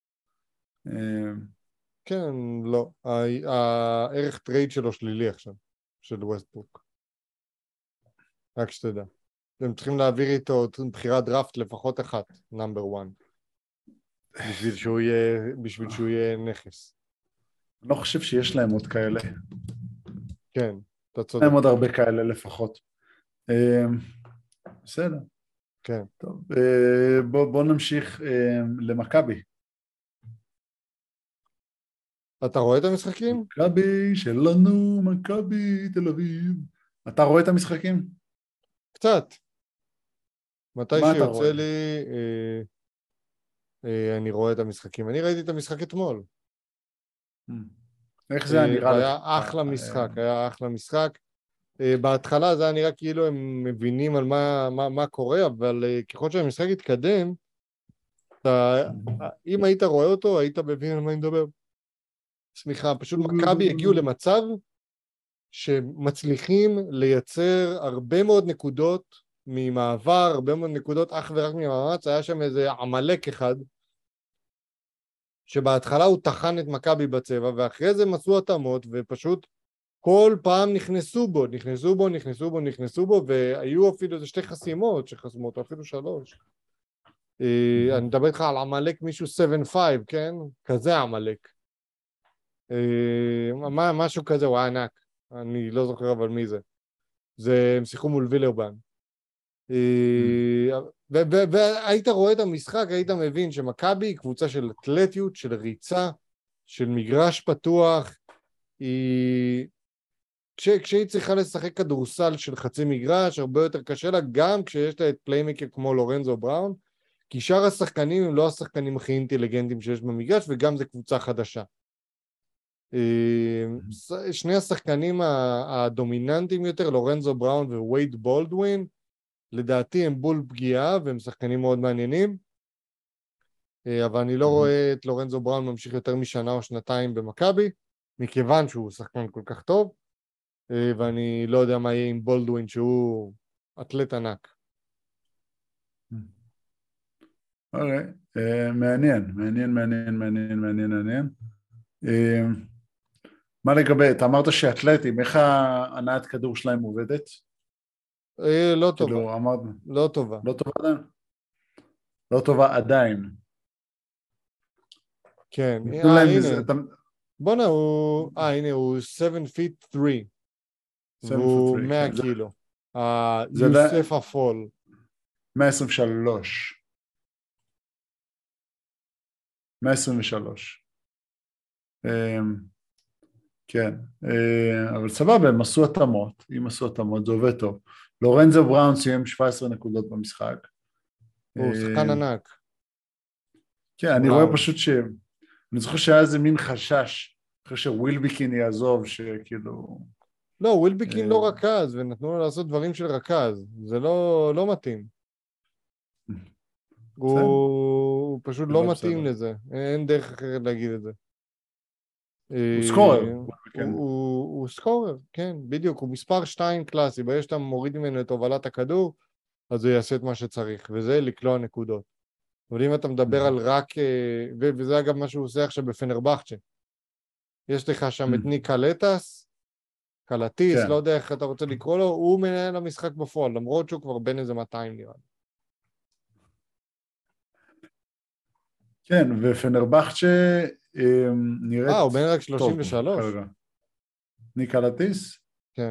כן, לא. הערך טרייד שלו שלילי עכשיו, של ווסטברוק. רק שתדע. הם צריכים להעביר איתו בחירת דראפט לפחות אחת, נאמבר וואן. בשביל שהוא יהיה, בשביל שהוא יהיה נכס. אני לא חושב שיש להם עוד כאלה. כן, אתה צודק. להם עוד הרבה כאלה לפחות. בסדר. כן. טוב, בוא, בוא נמשיך למכבי. אתה רואה את המשחקים? מכבי שלנו, מכבי תל אביב. אתה רואה את המשחקים? קצת. מתי שיוצא לי, אה, אה, אני רואה את המשחקים. אני ראיתי את המשחק אתמול. איך זה היה נראה? היה אחלה משחק, היה אחלה משחק. בהתחלה זה היה נראה כאילו הם מבינים על מה, מה, מה קורה, אבל ככל שהמשחק התקדם, אתה, אם היית רואה אותו, היית מבין על מה אני מדבר. סליחה, פשוט מכבי הגיעו למצב שמצליחים לייצר הרבה מאוד נקודות ממעבר, הרבה מאוד נקודות אך ורק ממאמץ. היה שם איזה עמלק אחד, שבהתחלה הוא תחן את מכבי בצבע, ואחרי זה מצאו התאמות, ופשוט כל פעם נכנסו בו, נכנסו בו, נכנסו בו, נכנסו בו, והיו אפילו איזה שתי חסימות שחסמו אותו, אפילו שלוש. אני מדבר איתך על עמלק מישהו שבע חמש, כן? כזה עמלק. משהו כזה, הוא היה ענק. אני לא זוכר אבל מי זה. זה, הם שיחקו מול וילרבן. והיית רואה את המשחק, היית מבין שמכבי היא קבוצה של אתלטיות, של ריצה, של מגרש פתוח, היא... כש, כשהיא צריכה לשחק כדורסל של חצי מגרש, הרבה יותר קשה לה, גם כשיש לה את פליימקר כמו לורנזו בראון, כי שאר השחקנים הם לא השחקנים הכי אינטליגנטים שיש במגרש, וגם זה קבוצה חדשה. שני השחקנים הדומיננטיים יותר, לורנזו בראון ווייד בולדווין, לדעתי הם בול פגיעה, והם שחקנים מאוד מעניינים, אבל אני לא רואה את לורנזו בראון ממשיך יותר משנה או שנתיים במכבי, מכיוון שהוא שחקן כל כך טוב, ואני לא יודע מה יהיה עם בולדווין, שהוא אתלט ענק. אוקיי, מעניין, מעניין, מעניין, מעניין, מעניין, מעניין. מה לגבי, אתה אמרת שאתלטים, איך הנעת כדור שלהם עובדת? לא טובה. לא טובה. לא טובה עדיין? לא טובה עדיין. כן, הנה. בונה, הוא, אה, הנה, הוא שבע פיט שלוש. והוא מאה קילו. יוסף אפול. מאה עשרים ושלוש. מאה עשרים ושלוש. כן, אבל סבבה, הם עשו התאמות, אם עשו התאמות, זה עובד טוב. לורנזו בראון סיים שבע עשרה נקודות במשחק. הוא שחקן ענק. כן, אני רואה פשוט ש... אני זוכר שהיה איזה מין חשש, אחרי שווילביקין יעזוב, שכאילו... לא, ווילביקין לא רכז, ונתנו לו לעשות דברים של רכז. זה לא מתאים. הוא פשוט לא מתאים לזה. אין דרך אחרת להגיד את זה. הוא סקורר. הוא סקורר, כן, בדיוק. הוא מספר שתיים קלאסי. ברגע שאתה מוריד ממנו את הובלת הכדור, אז הוא יעשה את מה שצריך, וזה לקלוע נקודות. אבל אם אתה מדבר על רק, וזה אגב מה שהוא עושה עכשיו בפנרבחצ'ה. יש לך שם את ניק קלטס, קלטיס, לא יודע איך אתה רוצה לקרוא לו, הוא מנהל המשחק בפועל, למרות שהוא כבר בין איזה מאתיים נראה. כן, ופנרבחצ'ה נראית אה, הוא בן רק טוב שלושים ושלוש. כרגע. ניקלטיס? כן,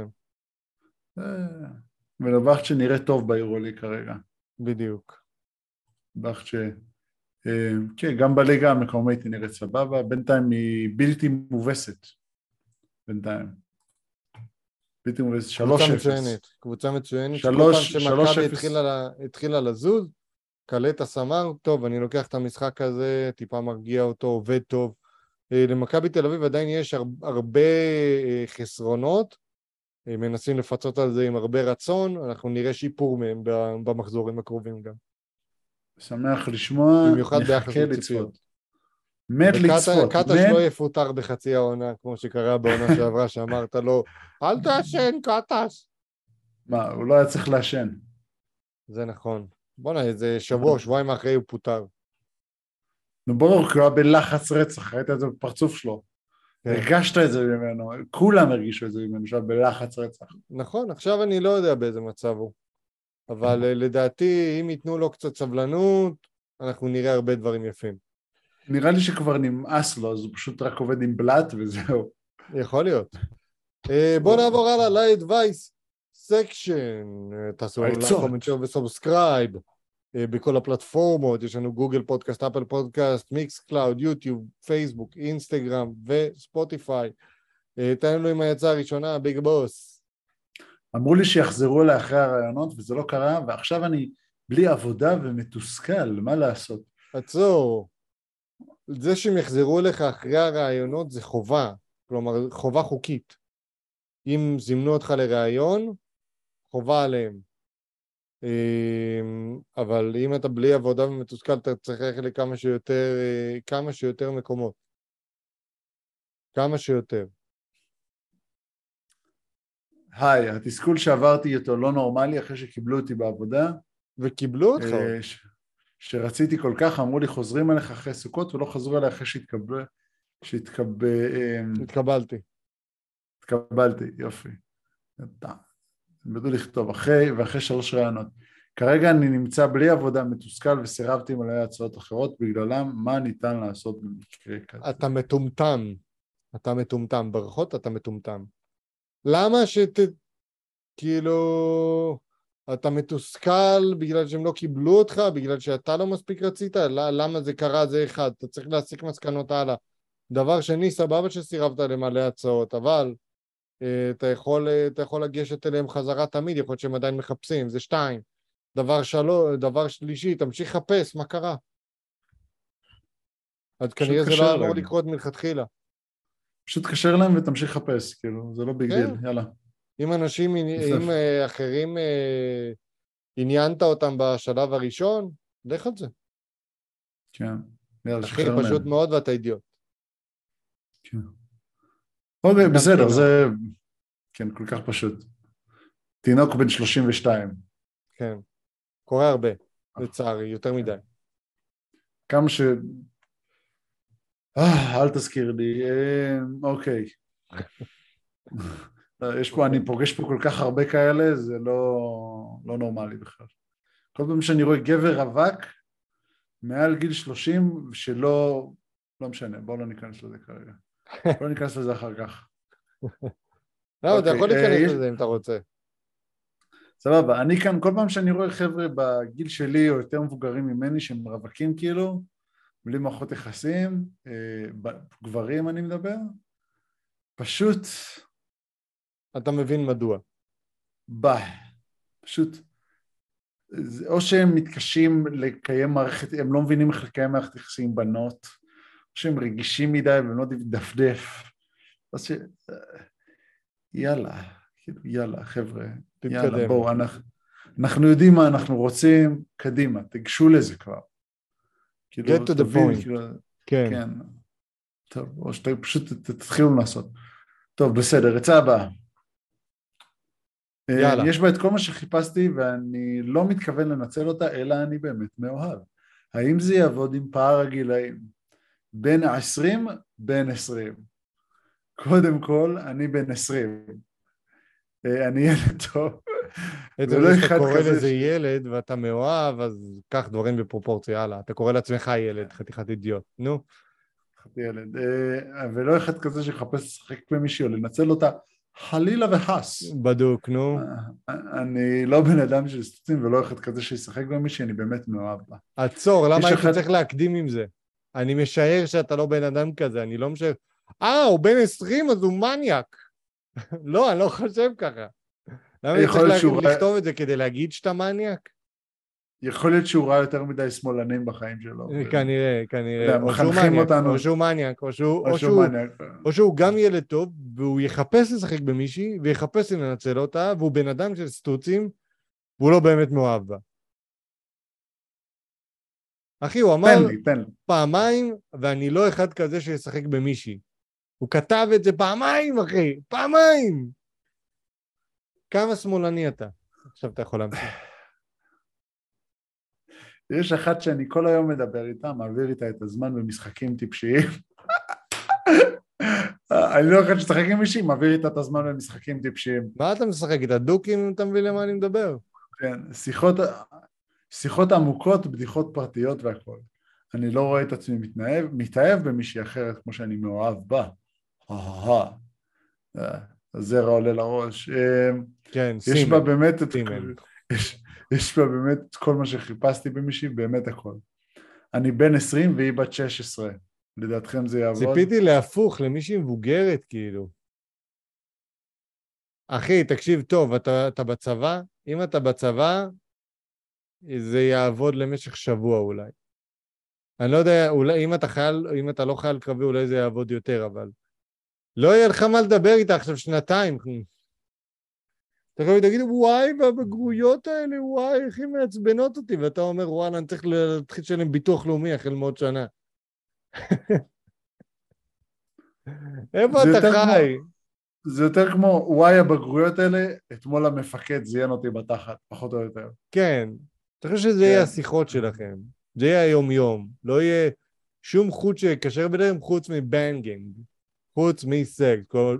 פנרבחצ'ה נראית טוב ביורולי כרגע. בדיוק. בחצ'ה, כן, גם בליגה המקומית היא נראית סבבה, בינתיים היא בלתי מובסת. בינתיים. בלתי מובסת, שלוש קבוצה אפס. מצוינת, קבוצה מצוינת, שכל שלוש- פעם שלוש שמכבי אפס. התחילה, התחילה לזוז, קלט הסמר, טוב, אני לוקח את המשחק הזה, טיפה מרגיע אותו, עובד טוב. למכבי תל אביב עדיין יש הרבה חסרונות, מנסים לפצות על זה עם הרבה רצון, אנחנו נראה שיפור מהם במחזורים הקרובים גם. שמח לשמוע, במיוחד ביחס נחכה לציפיות. לצפות. מת לצפות. קטש מת... לא יפוטר בחצי העונה, כמו שקרה בעונה שעברה, שאמרת לו, אל תעשן, קטש. מה, הוא לא היה צריך לעשן. זה נכון. בוא'נה, איזה שבוע, שבועיים אחרי הוא פוטר. נו ברור, כי הוא היה בלחץ רצח, ראית את זה בפרצוף שלו. כן. הרגשת את זה ממנו, כולם הרגישו את זה ממנו, שהיה בלחץ רצח. נכון, עכשיו אני לא יודע באיזה מצב הוא. אבל לדעתי, אם ייתנו לו קצת סבלנות, אנחנו נראה הרבה דברים יפים. נראה לי שכבר נמאס לו, אז הוא פשוט רק עובד עם בלט וזהו. יכול להיות. בואו נעבור הלאה ל-advice section. תעשו לנו לייק, קומנט, שייר וסובסקרייב. בכל הפלטפורמות, יש לנו גוגל פודקאסט, אפל פודקאסט, מיקס קלאוד, יוטיוב, פייסבוק, אינסטגרם וספוטיפיי. תן לנו עם היצאה הראשונה, ביג בוס. אמרו לי שיחזרו אליי אחרי הרעיונות וזה לא קרה, ועכשיו אני בלי עבודה ומתוסכל, מה לעשות? עצור. זה שהם יחזרו אליך אחרי הרעיונות זה חובה, כלומר חובה חוקית. אם זימנו אותך לרעיון, חובה עליהם. אבל אם אתה בלי עבודה ומתוסכל, אתה צריך ללכת לכמה שיותר, כמה שיותר מקומות. כמה שיותר. היי, התסכול שעברתי אותו לא נורמלי אחרי שקיבלו אותי בעבודה. וקיבלו אותך? ש... שרציתי כל כך, אמרו לי חוזרים אליך אחרי סוכות, ולא חזרו אליי אחרי שהתקבל... שהתקב... התקבלתי. התקבלתי, יופי. הם ידעו לכתוב, אחרי ואחרי שלוש רעיונות. כרגע אני נמצא בלי עבודה, מתוסכל, וסירבתי מלא הצעות אחרות, בגללם מה ניתן לעשות במקרה כזה. אתה מטומטם. אתה מטומטם. ברכות אתה מטומטם. למה שת... כאילו... אתה מתוסכל בגלל שהם לא קיבלו אותך, בגלל שאתה לא מספיק רצית? למה זה קרה? זה אחד. אתה צריך להסיק מסקנות הלאה. דבר שני, סבבה שסירבת למלא הצעות, אבל אתה יכול, אתה יכול לגשת אליהם חזרה תמיד, יכול להיות שהם עדיין מחפשים, זה שתיים. דבר שלו, דבר שלישי, תמשיך לחפש, מה קרה? אז כנראה זה לא אמור לקרות מלכתחילה. פשוט קשר להם ותמשיך לחפש, כאילו, זה לא ביג דיל, יאללה. אם אנשים, אם אחרים עניינת אותם בשלב הראשון, לך על זה. כן, יאללה, אחי, פשוט מאוד ואתה אידיוט. כן. אוקיי, בסדר, זה... כן, כל כך פשוט. תינוק בן שלושים ושתיים. כן, קורה הרבה, לצערי, יותר מדי. כמה ש... אה, אל תזכיר לי, אוקיי. יש פה, אני פוגש פה כל כך הרבה כאלה, זה לא, לא נורמלי בכלל. כל פעם שאני רואה גבר רווק, מעל גיל שלושים, שלא, לא משנה, בואו לא ניכנס לזה כרגע. בואו ניכנס לזה אחר כך. לא, אתה יכול להיכנס לזה אם אתה רוצה. סבבה, אני כאן, כל פעם שאני רואה חבר'ה בגיל שלי, או יותר מבוגרים ממני, שהם רווקים כאילו, בלי מערכות יחסים, גברים אני מדבר, פשוט... אתה מבין מדוע. ביי, פשוט, או שהם מתקשים לקיים מערכת, הם לא מבינים איך לקיים מערכת יחסים בנות, או שהם רגישים מדי והם לא דפדף, אז ש... יאללה, יאללה חבר'ה, יאללה בואו, אנחנו, אנחנו יודעים מה אנחנו רוצים, קדימה, תגשו לזה כבר. Get to the point. כאילו, כן. כן. טוב, או שאתם פשוט תתחילו לעשות. טוב, בסדר, עצה הבאה. יאללה. יש בה את כל מה שחיפשתי ואני לא מתכוון לנצל אותה, אלא אני באמת מאוהב. האם זה יעבוד עם פער הגילאים? בין עשרים, בין עשרים. קודם כל, אני בין עשרים. אני ילד טוב. עצם זה שאתה קורא לזה ילד ואתה מאוהב, אז קח דברים בפרופורציה, הלאה. אתה קורא לעצמך ילד, חתיכת אידיוט. נו. חתיכת ילד. ולא אחד כזה שחפש לשחק במישהי או לנצל אותה, חלילה וחס. בדוק, נו. אני לא בן אדם של סטוצים ולא אחד כזה שישחק במישהי, אני באמת מאוהב בה. עצור, למה היית צריך להקדים עם זה? אני משער שאתה לא בן אדם כזה, אני לא משער. אה, הוא בן עשרים, אז הוא מניאק. לא, אני לא חושב ככה. למה אני צריך לכתוב את זה כדי להגיד שאתה מניאק? יכול להיות שהוא ראה יותר מדי שמאלנים בחיים שלו. כנראה, כנראה. או שהוא מניאק, או שהוא מניאק, או שהוא גם ילד טוב, והוא יחפש לשחק במישהי, ויחפש לנצל אותה, והוא בן אדם של סטוצים, והוא לא באמת מאוהב בה. אחי, הוא אמר פעמיים, ואני לא אחד כזה שישחק במישהי. הוא כתב את זה פעמיים, אחי, פעמיים! כמה שמאלני אתה? עכשיו אתה יכול להמשיך. יש אחת שאני כל היום מדבר איתה, מעביר איתה את הזמן במשחקים טיפשיים. אני לא אחד ששחק עם מישהי, מעביר איתה את הזמן במשחקים טיפשיים. מה אתה משחק איתה? דוקים אם אתה מבין למה אני מדבר? כן, שיחות, שיחות עמוקות, בדיחות פרטיות והכל. אני לא רואה את עצמי מתנהב, מתאהב במישהי אחרת כמו שאני מאוהב בה. הזרע עולה לראש. כן, יש בה באמת את... יש, יש בה באמת כל מה שחיפשתי במישהי, באמת הכל. אני בן עשרים והיא בת שש עשרה. לדעתכם זה יעבוד? ציפיתי להפוך למישהי מבוגרת כאילו. אחי, תקשיב טוב, אתה, אתה בצבא? אם אתה בצבא, זה יעבוד למשך שבוע אולי. אני לא יודע, אולי, אם אתה חייל, אם אתה לא חייל קרבי, אולי זה יעבוד יותר, אבל לא יהיה לך מה לדבר איתה עכשיו שנתיים. אתה יכול להגיד, וואי, והבגרויות האלה, וואי, איך הן מעצבנות אותי, ואתה אומר, וואלה, אני צריך להתחיל לשלם ביטוח לאומי החל מאוד שנה. איפה אתה חי? זה יותר כמו, וואי, הבגרויות האלה, אתמול המפקד זיין אותי בתחת, פחות או יותר. כן, אתה חושב שזה יהיה השיחות שלכם, זה יהיה היום-יום, לא יהיה שום חוץ שיקשר ביניהם חוץ מבנגינג, חוץ מסקס, כל...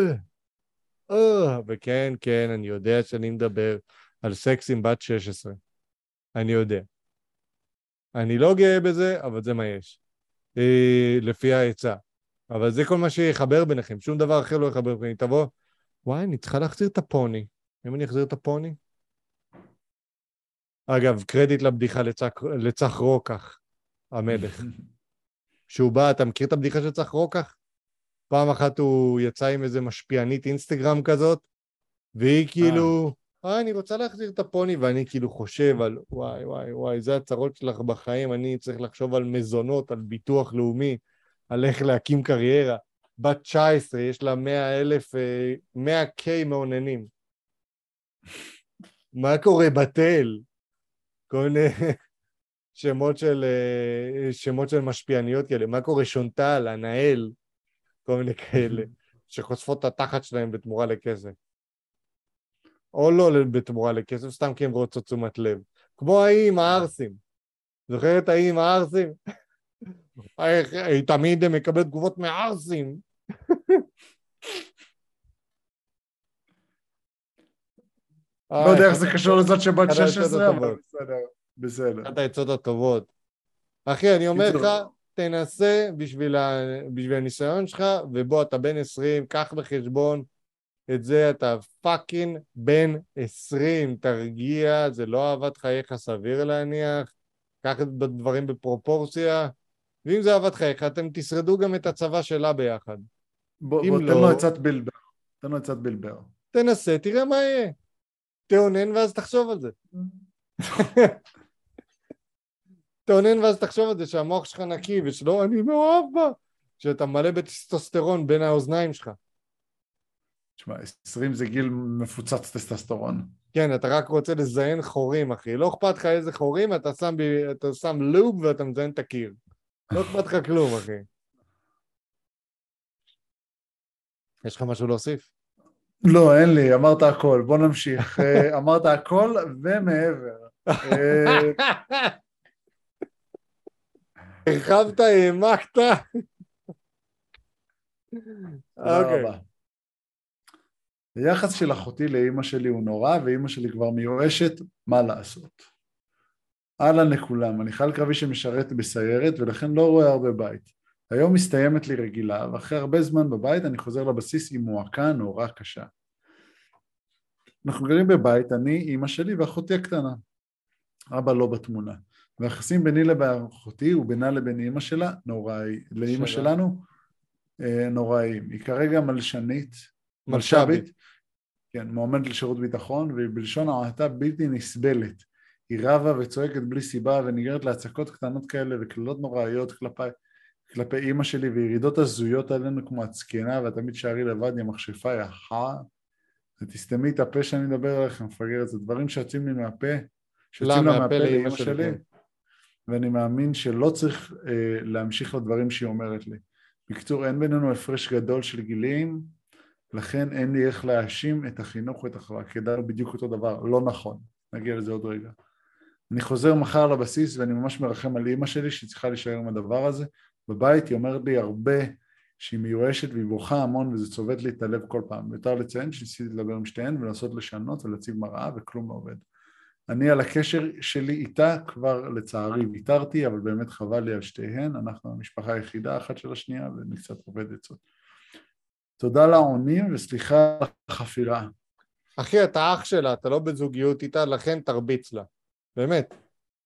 וכן, כן, אני יודע שאני מדבר על סקס עם בת שש עשרה. אני יודע. אני לא גאה בזה, אבל זה מה יש. לפי העצה. אבל זה כל מה שיחבר ביניכם. שום דבר אחר לא יחבר ביניכם. תבוא, וואי, אני צריכה להחזיר את הפוני. אם אני אחזיר את הפוני? אגב, קרדיט לבדיחה לצח, לצח רוקח, המלך. שהוא בא, אתה מכיר את הבדיחה של צח רוקח? פעם אחת הוא יצא עם איזה משפיענית אינסטגרם כזאת, והיא כאילו, אה, אני רוצה להחזיר את הפוני, ואני כאילו חושב על, וואי, וואי, וואי, זה הצרות שלך בחיים, אני צריך לחשוב על מזונות, על ביטוח לאומי, על איך להקים קריירה. בת תשע עשרה, יש לה מאה אלף, מאה קיי מעוננים. מה קורה בתל? כל מיני שמות של, שמות של משפיעניות כאלה. מה קורה שונטל, הנהל? כל מיני כאלה, שחושפות את התחת שלהם בתמורה לכסף. או לא בתמורה לכסף, סתם כי הם רוצות תשומת לב. כמו ההיא עם הארסים. זוכרת ההיא עם הארסים? היא תמיד מקבלת תגובות מהארסים. לא יודע איך זה קשור לזאת שבת שש עשרה, אבל בסדר. בסדר. אחת העצות הטובות. אחי, אני אומר לך, תנסה בשביל, ה... בשביל הניסיון שלך, ובוא, אתה בן עשרים, קח בחשבון את זה, אתה פאקינג בן עשרים, תרגיע, זה לא אהבת חייך סביר להניח, קח את הדברים בפרופורציה, ואם זה אהבת חייך, אתם תשרדו גם את הצבא שלה ביחד. בוא, בוא, לא, תן לו עצת בלבר, תן לו עצת בלבר. תנסה, תראה מה יהיה. תאונן ואז תחשוב על זה. תאונן ואז תחשוב על זה שהמוח שלך נקי ושלא אני מאוהב בה, שאתה מלא בטסטוסטרון בין האוזניים שלך. תשמע, עשרים זה גיל מפוצץ טסטוסטרון. כן, אתה רק רוצה לזיין חורים, אחי. לא אכפת לך איזה חורים, אתה שם, ב... אתה שם לוב ואתה מזיין את הקיר. לא אכפת לך כלום, אחי. יש לך משהו להוסיף? לא, אין לי, אמרת הכל. בוא נמשיך. אמרת הכל ומעבר. הרחבת, העמקת. תודה רבה. היחס של אחותי לאמא שלי הוא נורא, ואמא שלי כבר מיואשת, מה לעשות? אהלן לכולם, אני חייל קרבי שמשרת בסיירת, ולכן לא רואה הרבה בית. היום מסתיימת לי רגילה, ואחרי הרבה זמן בבית אני חוזר לבסיס עם מועקה נורא קשה. אנחנו גרים בבית, אני, אמא שלי ואחותי הקטנה. אבא לא בתמונה. והיחסים ביני לבין אחותי ובינה לבין אמא שלה, נוראי, לאמא שלנו, נוראיים. היא כרגע מלשנית, מלשבית, כן, מועמדת לשירות ביטחון, והיא בלשון המעטה בלתי נסבלת. היא רבה וצועקת בלי סיבה, ונגררת להצקות קטנות כאלה, וכללות נוראיות כלפי, כלפי אמא שלי, וירידות הזויות עלינו כמו הצקינה, ותמיד שערי לבד, היא מכשפה, יחה, ותסתמי את הפה שאני מדבר עליכם, מפגרת, זה דברים שיוצאים לי מהפה, שיוצאים לה מהפה לאמא שלי, ואני מאמין שלא צריך אה, להמשיך לדברים שהיא אומרת לי. בקצור, אין בינינו הפרש גדול של גילים, לכן אין לי איך להאשים את החינוך ואת החברה, כי ידענו בדיוק אותו דבר, לא נכון, נגיע לזה עוד רגע. אני חוזר מחר לבסיס ואני ממש מרחם על אמא שלי שהיא צריכה להישאר עם הדבר הזה, בבית היא אומרת לי הרבה שהיא מיואשת והיא בוכה המון וזה צובט לי את הלב כל פעם, ויותר לציין שניסיתי לדבר עם שתיהן ולנסות לשנות ולהציב מראה וכלום לא עובד. אני על הקשר שלי איתה כבר לצערי ויתרתי, אבל באמת חבל לי על שתיהן, אנחנו המשפחה היחידה אחת של השנייה ואני קצת עובד עצות. תודה לעונים וסליחה על החפירה. אחי, אתה אח שלה, אתה לא בזוגיות איתה, לכן תרביץ לה. באמת.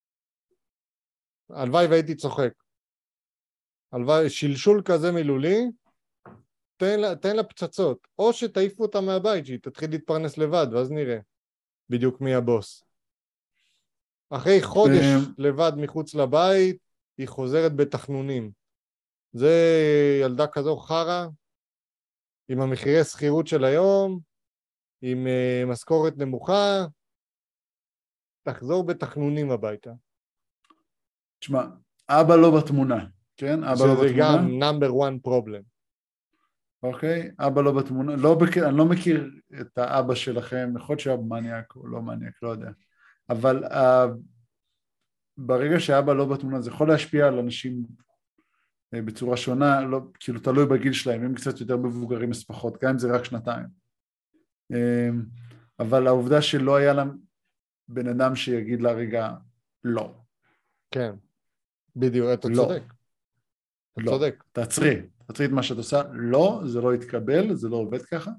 הלוואי והייתי צוחק. הלוואי, שלשול כזה מילולי, תן לה, תן לה פצצות. או שתעיפו אותה מהבית, שהיא תתחיל להתפרנס לבד, ואז נראה בדיוק מי הבוס. אחרי חודש לבד מחוץ לבית, היא חוזרת בתחנונים. זה ילדה כזו חרה, עם המחירי שכירות של היום, עם uh, משכורת נמוכה, תחזור בתחנונים הביתה. תשמע, אבא לא בתמונה, כן? אבא לא בתמונה. שזה גם number one problem. אוקיי, אבא לא בתמונה. לא בק... אני לא מכיר את האבא שלכם, יכול להיות שאבא מניאק או לא מניאק, לא יודע. אבל uh, ברגע שאבא לא בתמונה, זה יכול להשפיע על אנשים uh, בצורה שונה, לא, כאילו תלוי בגיל שלהם, הם קצת יותר מבוגרים מספחות, גם אם זה רק שנתיים. Uh, אבל העובדה שלא היה להם בן אדם שיגיד לה רגע, לא. כן, בדיוק, אתה לא. צודק. אתה לא. צודק. תעצרי, תעצרי את מה שאת עושה, לא, זה לא יתקבל, זה לא עובד ככה,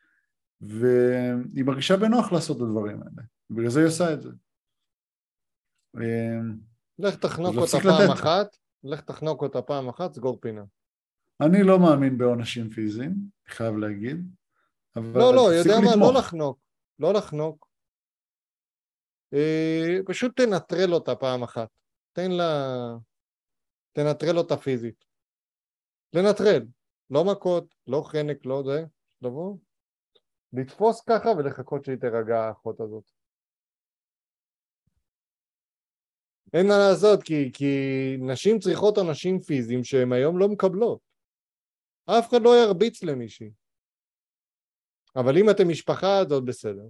והיא מרגישה בנוח לעשות את הדברים האלה, בגלל זה היא עושה את זה. לך תחנוק אותה פעם אחת, לך תחנוק אותה פעם אחת, סגור פינה. אני לא מאמין בעונשים פיזיים, חייב להגיד. לא, לא, יודע מה, לא לחנוק, לא לחנוק. פשוט תנטרל אותה פעם אחת. תן לה, תנטרל אותה פיזית. לנטרל, לא מכות, לא חנק, לא זה, לבוא. לתפוס ככה ולחכות שהיא תרגע האחות הזאת. אין מה לעשות, כי, כי נשים צריכות אנשים פיזיים שהם היום לא מקבלות. אף אחד לא ירביץ למישהי. אבל אם אתם משפחה, זה עוד בסדר.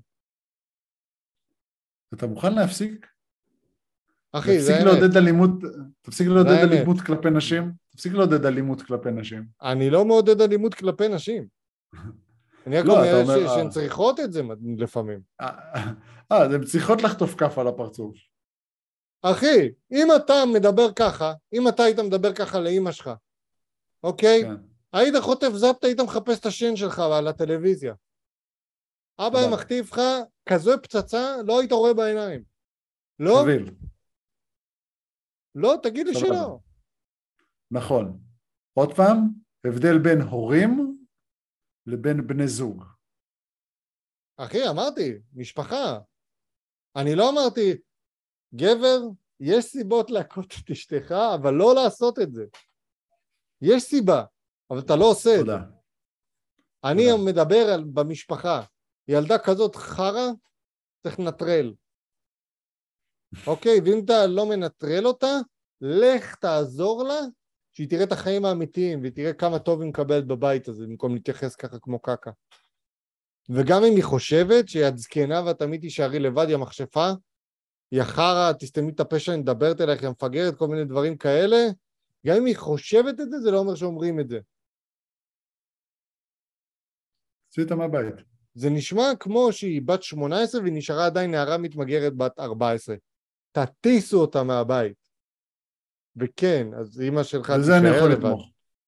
אתה מוכן להפסיק? אחי, זה האמת. לעודד אלימות, תפסיק לעודד אלימות כלפי נשים? תפסיק לעודד אלימות כלפי נשים. אני לא מעודד אלימות כלפי נשים. אני רק אומר שהן צריכות את זה לפעמים. אה, הן צריכות לחטוף כף על הפרצוף. אחי, אם אתה מדבר ככה, אם אתה היית מדבר ככה לאמא שלך, אוקיי? היית חוטף זפת, היית מחפש את השן שלך על הטלוויזיה. אבא היה מכתיב לך, כזו פצצה, לא היית רואה בעיניים. לא? חביל. לא, תגיד לי שלא. נכון. עוד פעם, הבדל בין הורים לבין בני זוג. אחי, אמרתי, משפחה. אני לא אמרתי, גבר, יש סיבות להכות את אשתך, אבל לא לעשות את זה. יש סיבה, אבל אתה לא עושה את זה. אני מדבר על, במשפחה, ילדה כזאת חרה, צריך לנטרל. אוקיי, ואם אתה לא מנטרל אותה, לך תעזור לה, שהיא תראה את החיים האמיתיים, והיא תראה כמה טוב היא מקבלת בבית הזה, במקום להתייחס ככה כמו קקה. וגם אם היא חושבת שהיא הזקנה ותמיד תישארי לבד, היא המכשפה, היא החרה, תסתמי את הפה שאני מדברת אלייך, היא מפגרת, כל מיני דברים כאלה, גם אם היא חושבת את זה, זה לא אומר שאומרים את זה. צאי אותה מהבית. זה נשמע כמו שהיא בת שמונה עשרה והיא נשארה עדיין נערה מתמגרת בת ארבע עשרה. תטיסו אותה מהבית. וכן, אז אמא שלך וזה אני תישאר יכול לבד. לתמוך.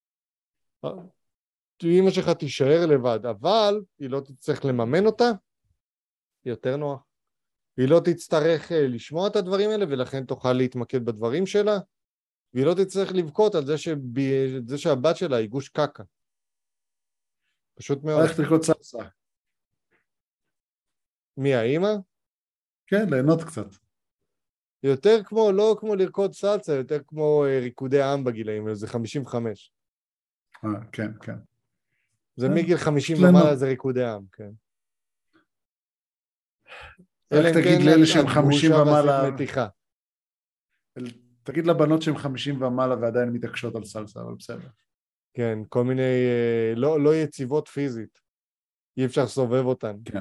אמא שלך תישאר לבד, אבל היא לא תצטרך לממן אותה, יותר נוח. היא לא תצטרך לשמוע את הדברים האלה, ולכן תוכל להתמקד בדברים שלה, והיא לא תצטרך לבכות על זה, שב... זה שהבת שלה היא גוש קקה. פשוט מאוד. הולכת לקרוא סלסה. מי, האמא? כן, ליהנות קצת. יותר כמו, לא כמו לרקוד סלסה, יותר כמו אה, ריקודי עם בגילאים, זה חמישים וחמש. אה, כן, כן. זה מגיל חמישים ליהנות. ומעלה זה ריקודי עם, כן. אלא רק אם תגיד כן לאלה את- שהם את חמישים גרושה ועשית ומעלה, מתיחה. תגיד לבנות שהם חמישים ומעלה ועדיין מתעקשות על סלסה, אבל בסדר. כן, כל מיני, אה, לא, לא יציבות פיזית. אי אפשר לסובב אותן. כן.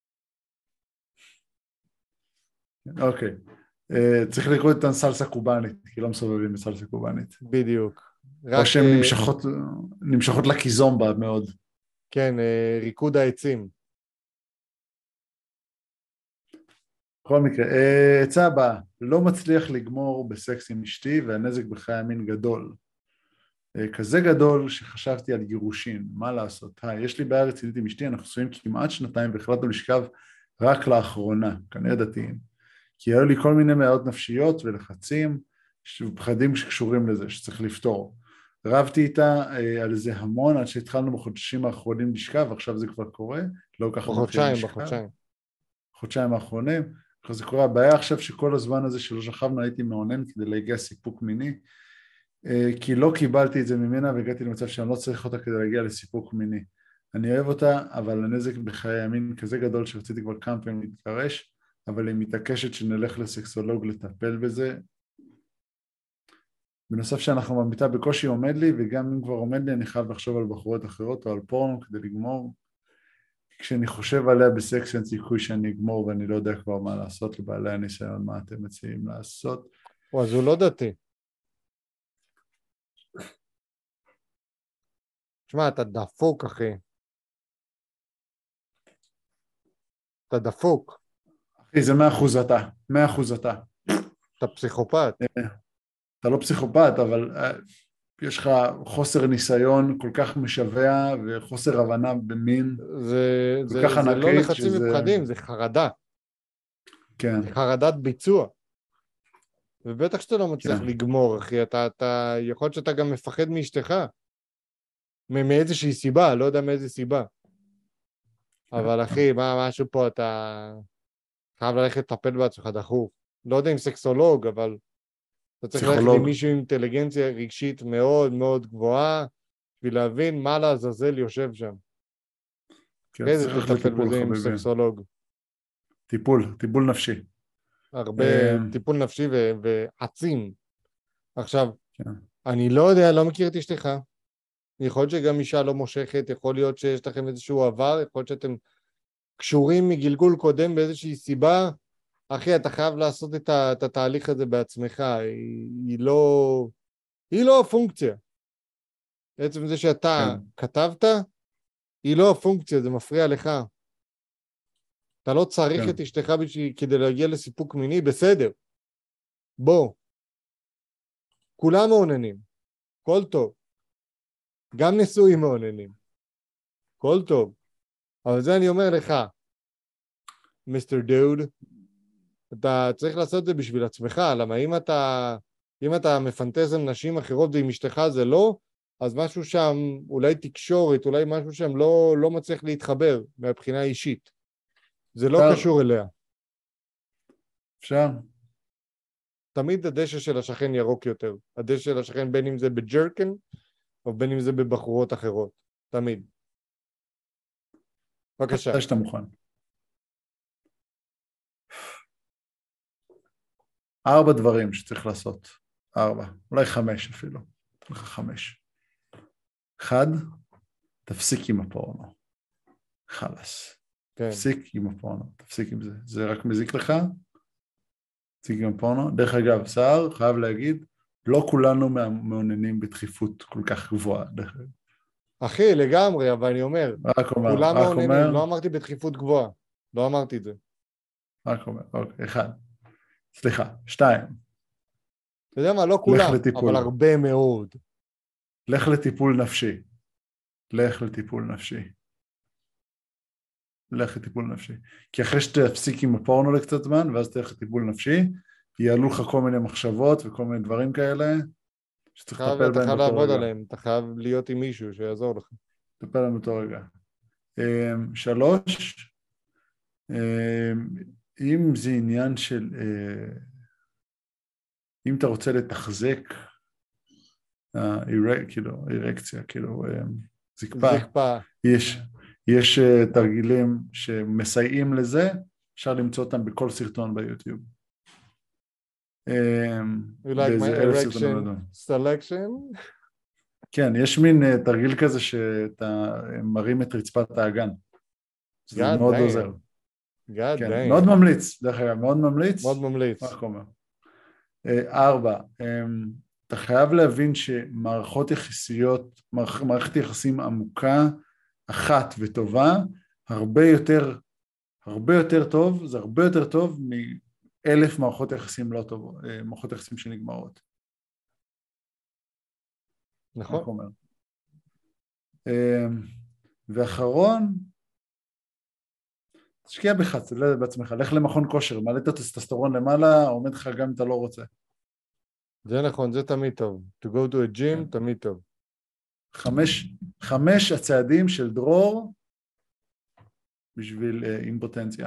אוקיי. אה, צריך לקרוא את סלסה קובאנית, כי לא מסובבים בסלסה קובאנית. בדיוק. או רק, שהן אה, נמשכות, נמשכות לקיזומבה מאוד. כן, אה, ריקוד העצים. בכל מקרה, אה, עצה הבאה, לא מצליח לגמור בסקס עם אשתי והנזק בחיי המין גדול. אה, כזה גדול שחשבתי על גירושין, מה לעשות? היי, יש לי בעיה רצינית עם אשתי, אנחנו נשואים כמעט שנתיים והחלטנו לשכב רק לאחרונה, כנראה דתיים. כי היו לי כל מיני בעיות נפשיות ולחצים ופחדים שקשורים לזה, שצריך לפתור. רבתי איתה אה, על זה המון, עד שהתחלנו בחודשים האחרונים לשכב, עכשיו זה כבר קורה, לא ככה בחודשיים, בחודשיים. חודשיים האחרונים, אחרי זה קורה, הבעיה עכשיו שכל הזמן הזה שלא שכבנו הייתי מעונן כדי להגיע סיפוק מיני, אה, כי לא קיבלתי את זה ממנה והגעתי למצב שאני לא צריך אותה כדי להגיע לסיפוק מיני. אני אוהב אותה, אבל הנזק בחיי המין כזה גדול שרציתי כבר כמה פעמים להתגרש, אבל היא מתעקשת שנלך לסקסולוג לטפל בזה. בנוסף שאנחנו במיטה בקושי עומד לי, וגם אם כבר עומד לי אני חייב לחשוב על בחורות אחרות או על פורנו כדי לגמור. כשאני חושב עליה בסקס אין סיכוי שאני אגמור ואני לא יודע כבר מה לעשות לבעלי הניסיון, מה אתם מציעים לעשות. או, אז הוא לא דתי. תשמע, אתה דפוק, אחי. אתה דפוק. אחי, זה מאה אחוז אתה, מאה אחוז אתה. אתה פסיכופת. אתה לא פסיכופת, אבל יש לך חוסר ניסיון כל כך משווה וחוסר הבנה במין. זה, כל זה, כך זה לא ענקית לחצים שזה... ופחדים, זה חרדה. כן. זה חרדת ביצוע. ובטח שאתה לא מצליח כן. לגמור, אחי. אתה, אתה, יכול להיות שאתה גם מפחד מאשתך. מאיזושהי סיבה, לא יודע מאיזה סיבה. אבל אחי, מה, משהו פה אתה חייב ללכת לטפל בעצמך דחוף. לא יודע אם סקסולוג, אבל אתה צריך ללכת פסיכולוג. עם מישהו עם אינטליגנציה רגשית מאוד מאוד גבוהה, בשביל להבין מה לעזאזל יושב שם. כן, אחרי זה צריך תטפל לטיפול בזה עם חביבים. סקסולוג. טיפול, טיפול נפשי. הרבה אמ, טיפול נפשי ו- ועצים. עכשיו, כן. אני לא יודע, לא מכיר את אשתך. יכול להיות שגם אישה לא מושכת, יכול להיות שיש לכם איזשהו עבר, יכול להיות שאתם קשורים מגלגול קודם באיזושהי סיבה. אחי, אתה חייב לעשות את, ה- את התהליך הזה בעצמך. היא, היא לא... היא לא הפונקציה. בעצם זה שאתה כן. כתבת, היא לא הפונקציה, זה מפריע לך. אתה לא צריך כן. את אשתך בשביל, כדי להגיע לסיפוק מיני, בסדר. בוא. כולם מעוננים. כל טוב. גם נשואים מעוננים. כל טוב. אבל זה אני אומר לך, מיסטר דוד, אתה צריך לעשות את זה בשביל עצמך, למה אם אתה, אם אתה מפנטז עם נשים אחרות ועם אשתך זה לא, אז משהו שם, אולי תקשורת, אולי משהו שם לא, לא מצליח להתחבר מהבחינה האישית. זה לא אפשר? קשור אליה. אפשר? תמיד הדשא של השכן ירוק יותר. הדשא של השכן בין אם זה בג'רקן, או בין אם זה בבחורות אחרות. תמיד. בבקשה. מתי שאתה מוכן. ארבע דברים שצריך לעשות. ארבע. אולי חמש אפילו. לך חמש. אחד, תפסיק עם הפורנו. חלס. כן. תפסיק עם הפורנו. תפסיק עם זה. זה רק מזיק לך? תפסיק עם הפורנו. דרך אגב, סער, חייב להגיד, לא כולנו מעוננים בדחיפות כל כך גבוהה. דרך אגב. אחי, לגמרי, אבל אני אומר, רק אומר, כולם רק מעוניינים, אומר, לא אמרתי בדחיפות גבוהה, לא אמרתי את זה. רק אומר, אוקיי, אחד. סליחה, שתיים. אתה יודע מה, לא לך כולם, אבל לטיפול. הרבה מאוד. לך לטיפול נפשי. לך לטיפול נפשי. לך לטיפול נפשי. כי אחרי שתפסיק עם הפורנו לקצת זמן, ואז תלך לטיפול נפשי, יעלו לך כל מיני מחשבות וכל מיני דברים כאלה, שצריך חייב, לטפל אתה בהם חייב באותו לעבוד רגע. עליהם, אתה חייב להיות עם מישהו שיעזור לך. לטפל בהם באותו רגע. אמ, שלוש, אמ, אם זה עניין של, אה, אם אתה רוצה לתחזק, אה, אירק, כאילו, אירקציה, כאילו, אמ, זקפה, זקפה. יש, יש אה, תרגילים שמסייעים לזה, אפשר למצוא אותם בכל סרטון ביוטיוב. You like my באיזה אלף סרטונים erection לדון. selection? כן, יש מין uh, תרגיל כזה שאתה מרים את רצפת האגן. זה God מאוד damn. עוזר. God כן, damn. מאוד ממליץ, דרך אגב, מאוד ממליץ. מאוד ממליץ. רק אומר. Uh, ארבע, um, אתה חייב להבין שמערכות יחסיות, מערכ, מערכת יחסים עמוקה, אחת וטובה, הרבה יותר, הרבה יותר טוב, זה הרבה יותר טוב מאלף מערכות יחסים לא טובות, uh, מערכות יחסים שנגמרות. נכון. רק אומר. ואחרון, תשקיע בך, תדע בעצמך, לך למכון כושר, מעלה את הטסטוסטרון למעלה, עומד לך גם אם אתה לא רוצה. זה נכון, זה תמיד טוב. To go to a gym, תמיד טוב. חמש, חמש הצעדים של דרור בשביל uh, אימפוטנציה.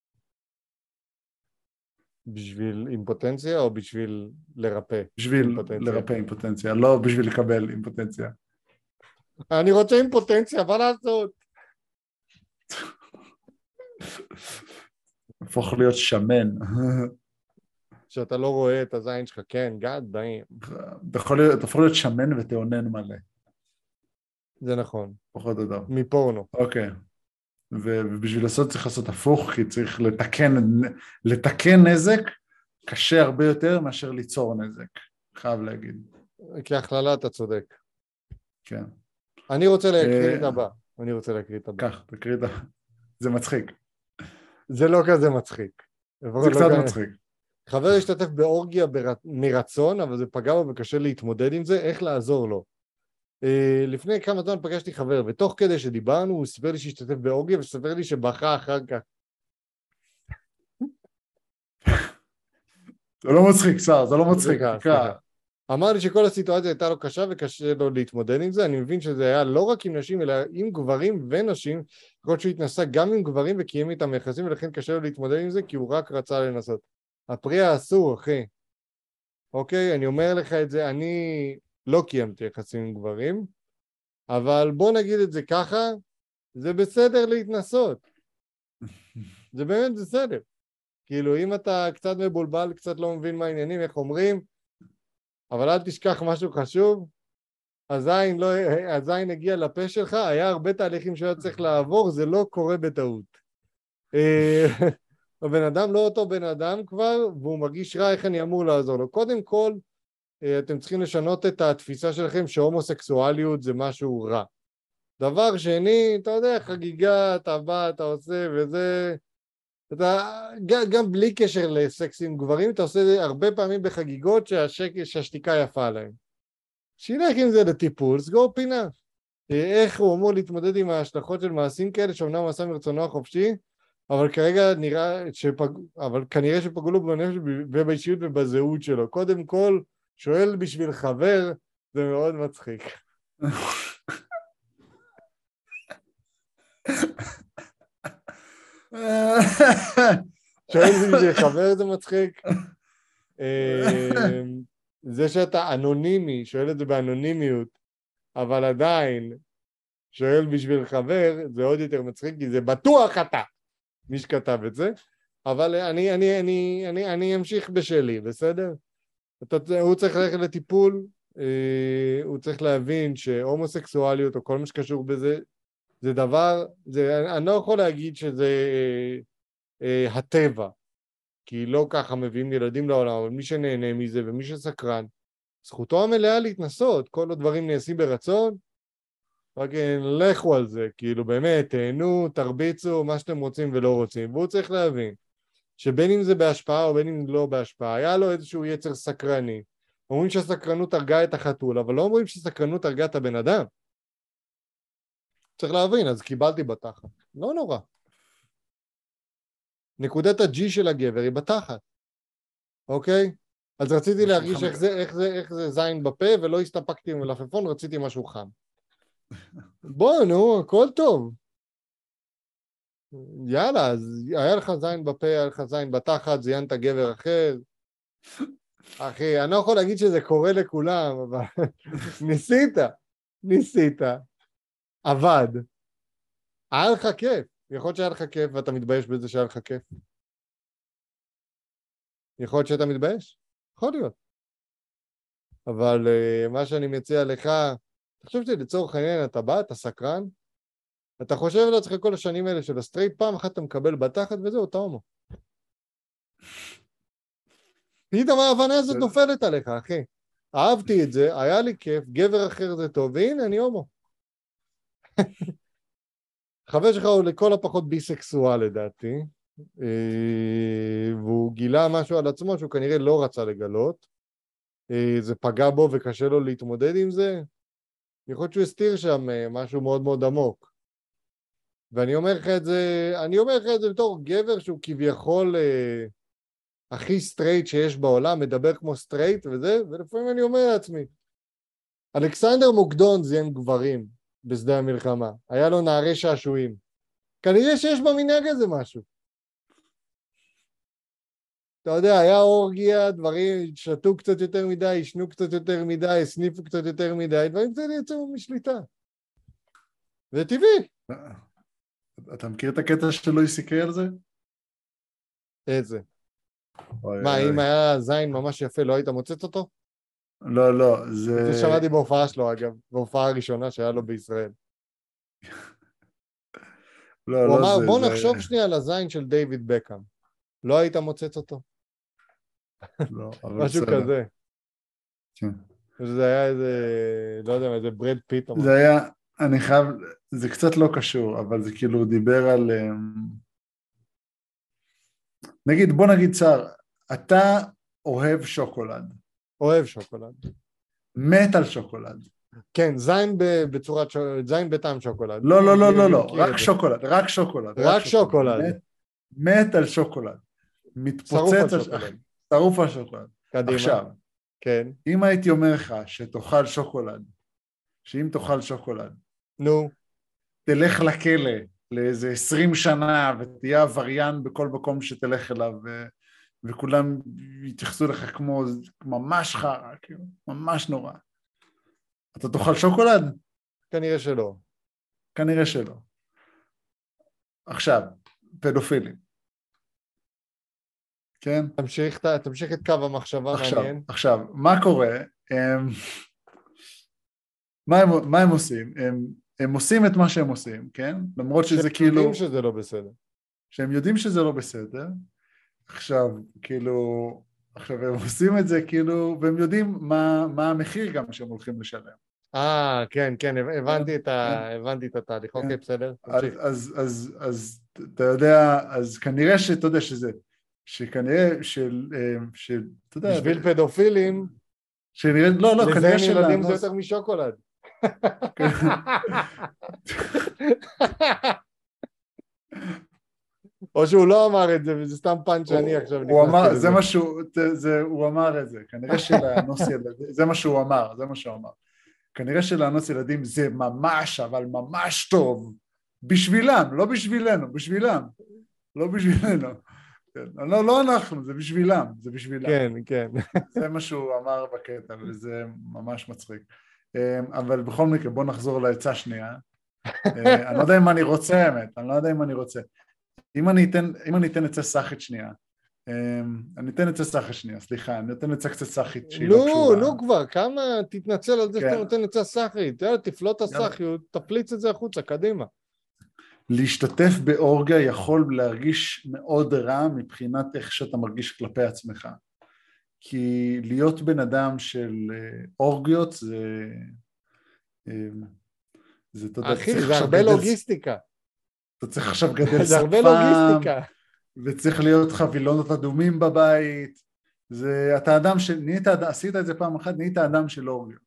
בשביל אימפוטנציה או בשביל לרפא? בשביל אימפוטנציה? לרפא אימפוטנציה, לא בשביל לקבל אימפוטנציה. אני רוצה אימפוטנציה, מה לעשות? הפוך להיות שמן. שאתה לא רואה את הזין שלך, כן, גד, דיים. אתה יכול להיות, אתה יכול להיות שמן ותאונן מלא. זה נכון. פחות או יותר. מפורנו. אוקיי. ובשביל לעשות צריך לעשות הפוך, כי צריך לתקן, לתקן נזק קשה הרבה יותר מאשר ליצור נזק, חייב להגיד. כהכללה אתה צודק. כן. אני רוצה להקריא את הבא. אני רוצה להקריא את הבא. כך, תקריא את הבא. זה מצחיק. זה לא כזה מצחיק. זה קצת מצחיק. חבר השתתף באורגיה מרצון, אבל זה פגע בו וקשה להתמודד עם זה, איך לעזור לו? לפני כמה זמן פגשתי חבר, ותוך כדי שדיברנו, הוא סיפר לי שהשתתף באורגיה, וספר לי שבכה אחר כך. זה לא מצחיק, שר, זה לא מצחיק. אמר לי שכל הסיטואציה הייתה לו קשה וקשה לו להתמודד עם זה, אני מבין שזה היה לא רק עם נשים, אלא עם גברים ונשים, יכול שהוא התנסה גם עם גברים וקיים איתם יחסים, ולכן קשה לו להתמודד עם זה, כי הוא רק רצה לנסות. הפרי האסור, אחי. אוקיי, אני אומר לך את זה, אני לא קיימתי יחסים עם גברים, אבל בוא נגיד את זה ככה, זה בסדר להתנסות. זה באמת בסדר. כאילו, אם אתה קצת מבולבל, קצת לא מבין מה העניינים, איך אומרים, אבל אל תשכח משהו חשוב, הזין, לא, הזין הגיע לפה שלך, היה הרבה תהליכים שהיה צריך לעבור, זה לא קורה בטעות. הבן אדם לא אותו בן אדם כבר, והוא מרגיש רע, איך אני אמור לעזור לו. קודם כל, אתם צריכים לשנות את התפיסה שלכם שהומוסקסואליות זה משהו רע. דבר שני, אתה יודע, חגיגה, אתה בא, אתה עושה וזה, אתה, גם, גם בלי קשר לסקס עם גברים, אתה עושה הרבה פעמים בחגיגות שהשק, שהשתיקה יפה להם. שילך עם זה לטיפול, סגור פינה. איך הוא אמור להתמודד עם ההשלכות של מעשים כאלה, שאומנם עשה מרצונו החופשי, אבל כרגע נראה שפג... אבל כנראה שפגעו לו בנפש ובאישיות ובזהות שלו. קודם כל, שואל בשביל חבר, זה מאוד מצחיק. שואל בשביל חבר זה מצחיק. זה שאתה אנונימי, שואל את זה באנונימיות, אבל עדיין שואל בשביל חבר, זה עוד יותר מצחיק, כי זה בטוח אתה, מי שכתב את זה. אבל אני, אני, אני, אני, אני אמשיך בשלי, בסדר? אתה, הוא צריך ללכת לטיפול, הוא צריך להבין שהומוסקסואליות או כל מה שקשור בזה, זה דבר, זה, אני לא יכול להגיד שזה אה, הטבע, כי לא ככה מביאים ילדים לעולם, אבל מי שנהנה מזה ומי שסקרן, זכותו המלאה להתנסות, כל הדברים נעשים ברצון, פאקינג, לכו על זה, כאילו באמת, תהנו, תרביצו, מה שאתם רוצים ולא רוצים, והוא צריך להבין, שבין אם זה בהשפעה או בין אם לא בהשפעה, היה לו איזשהו יצר סקרני, אומרים שהסקרנות הרגה את החתול, אבל לא אומרים שסקרנות הרגה את הבן אדם. צריך להבין, אז קיבלתי בתחת. לא נורא. נקודת הג'י של הגבר היא בתחת. אוקיי? אז רציתי להרגיש איך זה, איך זה, איך זה זין בפה, ולא הסתפקתי עם מלפפון, רציתי משהו חם. בוא, נו, הכל טוב. יאללה, אז היה לך זין בפה, היה לך זין בתחת, זיינת גבר אחר. אחי, אני לא יכול להגיד שזה קורה לכולם, אבל ניסית, ניסית, עבד. היה לך כיף. יכול להיות שהיה לך כיף ואתה מתבייש בזה שהיה לך כיף. יכול להיות שאתה מתבייש? יכול להיות. אבל uh, מה שאני מציע לך, אתה חושב שלצורך העניין אתה בא, אתה סקרן, אתה חושב לעצמך כל השנים האלה של הסטרייט, פעם אחת אתה מקבל בתחת וזהו, אתה הומו. פתאום ההבנה הזאת נופלת עליך, אחי. אהבתי את זה, היה לי כיף, גבר אחר זה טוב, והנה אני הומו. חבר שלך הוא לכל הפחות ביסקסואל לדעתי, והוא גילה משהו על עצמו שהוא כנראה לא רצה לגלות, זה פגע בו וקשה לו להתמודד עם זה, יכול להיות שהוא הסתיר שם משהו מאוד מאוד עמוק. ואני אומר לך את זה, אני אומר לך את זה בתור גבר שהוא כביכול אה, הכי סטרייט שיש בעולם, מדבר כמו סטרייט וזה, ולפעמים אני אומר לעצמי, אלכסנדר מוקדון זיין גברים בשדה המלחמה, היה לו נערי שעשועים. כנראה שיש במנהג הזה משהו. אתה יודע, היה אורגיה, דברים, שתו קצת יותר מדי, ישנו קצת יותר מדי, הסניפו קצת יותר מדי, דברים קצת יצאו משליטה. זה טבעי. אתה מכיר את הקטע של לואי סי קיי על זה? איזה? מה, אם היה זין ממש יפה, לא היית מוצאת אותו? לא, לא, זה... זה שמעתי בהופעה שלו, אגב, בהופעה הראשונה שהיה לו בישראל. לא, הוא לא אמר, זה... בוא זה... נחשוב שנייה על הזין של דיוויד בקאם. לא היית מוצאת אותו? לא, אבל משהו בסדר. כזה. כן. זה היה איזה, לא יודע, איזה ברד פיט. זה היה, אני חייב, זה קצת לא קשור, אבל זה כאילו דיבר על... נגיד, בוא נגיד צער, אתה אוהב שוקולד. אוהב שוקולד. מת על שוקולד. כן, זין בצורת, זין בטעם שוקולד. לא, לא, לא, לא, לא, רק שוקולד, רק שוקולד. רק שוקולד. מת, מת על שוקולד. מתפוצץ על שוקולד. שרוף על שוקולד. קדימה. עכשיו, כן. אם הייתי אומר לך שתאכל שוקולד, שאם תאכל שוקולד, נו. תלך לכלא לאיזה עשרים שנה ותהיה עבריין בכל מקום שתלך אליו, ו... וכולם יתייחסו לך כמו ממש חרא, כאילו, ממש נורא. אתה תאכל שוקולד? כנראה שלא. כנראה שלא. עכשיו, פדופילים. כן? תמשיך, תמשיך את קו המחשבה עכשיו, מעניין. עכשיו, מה קורה? הם, מה, הם, מה הם עושים? הם, הם עושים את מה שהם עושים, כן? למרות שזה כאילו... שהם יודעים שזה לא בסדר. שהם יודעים שזה לא בסדר. עכשיו, כאילו... עכשיו, הם עושים את זה כאילו... והם יודעים מה, מה המחיר גם שהם הולכים לשלם. אה, כן, כן, הבנתי את ה... הבנתי את התהליך. אוקיי, בסדר, תמשיך. אז, אז, אז, אתה יודע, אז כנראה שאתה יודע שזה... שכנראה של... של אתה יודע... בשביל פדופילים... שנראה... לא, לא, כנראה של... לזיין ילדים זה יותר משוקולד. או שהוא לא אמר את זה, וזה סתם פאנץ' שאני עכשיו נכנסתי לזה. זה מה שהוא, הוא אמר את זה, כנראה שלאנוס ילדים, זה מה שהוא אמר, זה מה שהוא אמר. כנראה שלאנוס ילדים זה ממש, אבל ממש טוב, בשבילם, לא בשבילנו, בשבילם, לא בשבילנו. לא, לא אנחנו, זה בשבילם, זה בשבילם. כן, כן. זה מה שהוא אמר בקטע, וזה ממש מצחיק. אבל בכל מקרה, בוא נחזור לעצה שנייה. אני לא יודע אם אני רוצה, האמת, אני לא יודע אם אני רוצה. אם אני אתן, אם אני אתן עצה סחית שנייה, אני אתן עצה סחית שנייה, סליחה, אני אתן עצה קצת סחית שהיא לא קשורה. נו, נו כבר, כמה תתנצל על זה שאתה נותן עצה סחית, יאללה, תפלוט הסחיות, תפליץ את זה החוצה, קדימה. להשתתף באורגיה יכול להרגיש מאוד רע מבחינת איך שאתה מרגיש כלפי עצמך. כי להיות בן אדם של אורגיות זה... זה, אתה יודע, אחי, זה הרבה לוגיסטיקה. אתה צריך עכשיו גדל זה הרבה שפם, לוגיסטיקה. וצריך להיות חבילות אדומים בבית, זה, אתה אדם ש... נהיית, עשית את זה פעם אחת, נהיית אדם של אורגיות.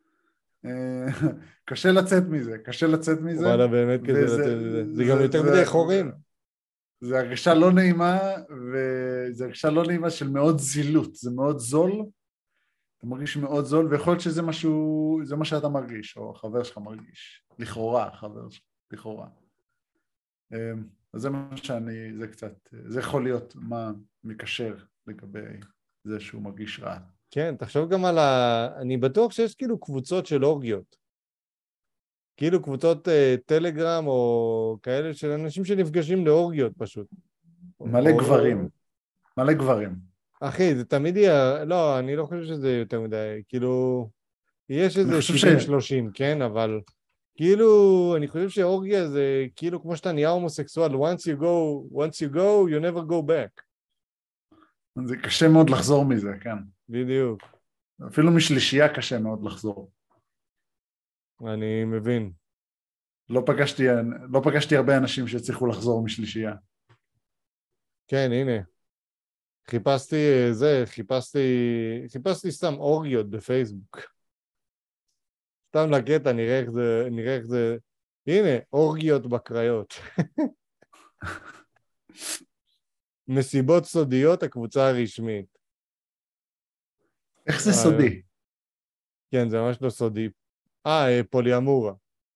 קשה לצאת מזה, קשה לצאת מזה. וואלה, באמת כזה וזה, לצאת מזה. זה זה, גם יותר זה, מדי חורים. זה, זה הרגשה לא נעימה, וזה הרגשה לא נעימה של מאוד זילות, זה מאוד זול, אתה מרגיש מאוד זול, ויכול להיות שזה משהו, זה מה שאתה מרגיש, או החבר שלך מרגיש, לכאורה, החבר שלך, לכאורה. אז זה מה שאני, זה קצת, זה יכול להיות מה מקשר לגבי זה שהוא מרגיש רע. כן, תחשוב גם על ה... אני בטוח שיש כאילו קבוצות של אורגיות. כאילו קבוצות אה, טלגרם או כאלה של אנשים שנפגשים לאורגיות פשוט. מלא או... גברים, מלא גברים. אחי, זה תמיד יהיה... לא, אני לא חושב שזה יותר מדי. כאילו, יש איזה שבעים שלושים, ש... כן? אבל כאילו, אני חושב שאורגיה זה כאילו כמו שאתה נהיה הומוסקסואל. Once you go, once you go, you never go back. זה קשה מאוד לחזור מזה, כן. בדיוק. אפילו משלישייה קשה מאוד לחזור. אני מבין. לא פגשתי, לא פגשתי הרבה אנשים שהצליחו לחזור משלישייה. כן, הנה. חיפשתי זה, חיפשתי, חיפשתי סתם אורגיות בפייסבוק. סתם לקטע, נראה איך זה, נראה איך זה, הנה, אורגיות בקריות. מסיבות סודיות, הקבוצה הרשמית. איך זה סודי? כן, זה ממש לא סודי. אה, פוליאמורה.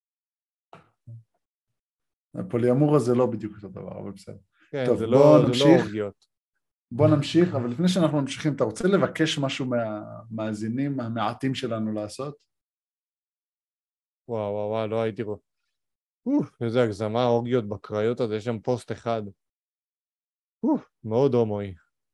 פוליאמורה זה לא בדיוק אותו דבר, אבל בסדר. כן, טוב, זה בוא לא, נמשיך. זה לא אורגיות. בוא נמשיך, אבל לפני שאנחנו ממשיכים, אתה רוצה לבקש משהו מהמאזינים המעטים שלנו לעשות? וואו, וואו, וואו, לא הייתי רואה. אוף, איזה הגזמה, אורגיות בקריות, אז יש שם פוסט אחד. אוף, מאוד הומואי.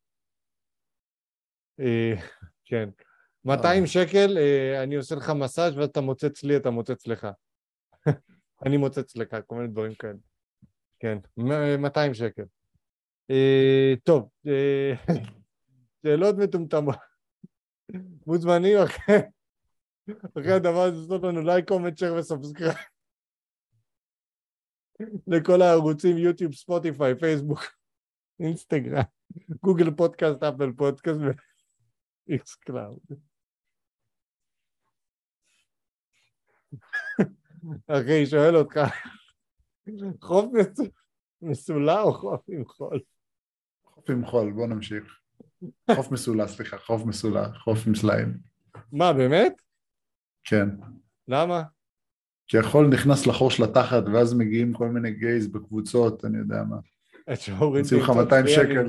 אה, כן. מאתיים שקל, אה, אני עושה לך מסאז' ואתה מוצץ לי, אתה מוצץ לך. אני מוצץ לך, כל מיני דברים כאלה. כן, מאתיים שקל. אה, טוב, אה, שאלות מטומטמות. מוזמנים אחרי, אחרי הדבר הזה, לעשות לנו לייק, קומנט, שייר וסאבסקרייב. לכל הערוצים, יוטיוב, ספוטיפיי, פייסבוק, אינסטגרם, גוגל פודקאסט, אפל פודקאסט ואיקס קלאוד. אחי, שואל אותך, חוף מסולה או חוף עם חול? חוף עם חול, בוא נמשיך. חוף מסולה, סליחה, חוף מסולה, חוף עם סליים. מה, באמת? כן. למה? כי החול נכנס לחור של התחת, ואז מגיעים כל מיני גייז בקבוצות, אני יודע מה. רוצים לך מאתיים שקל.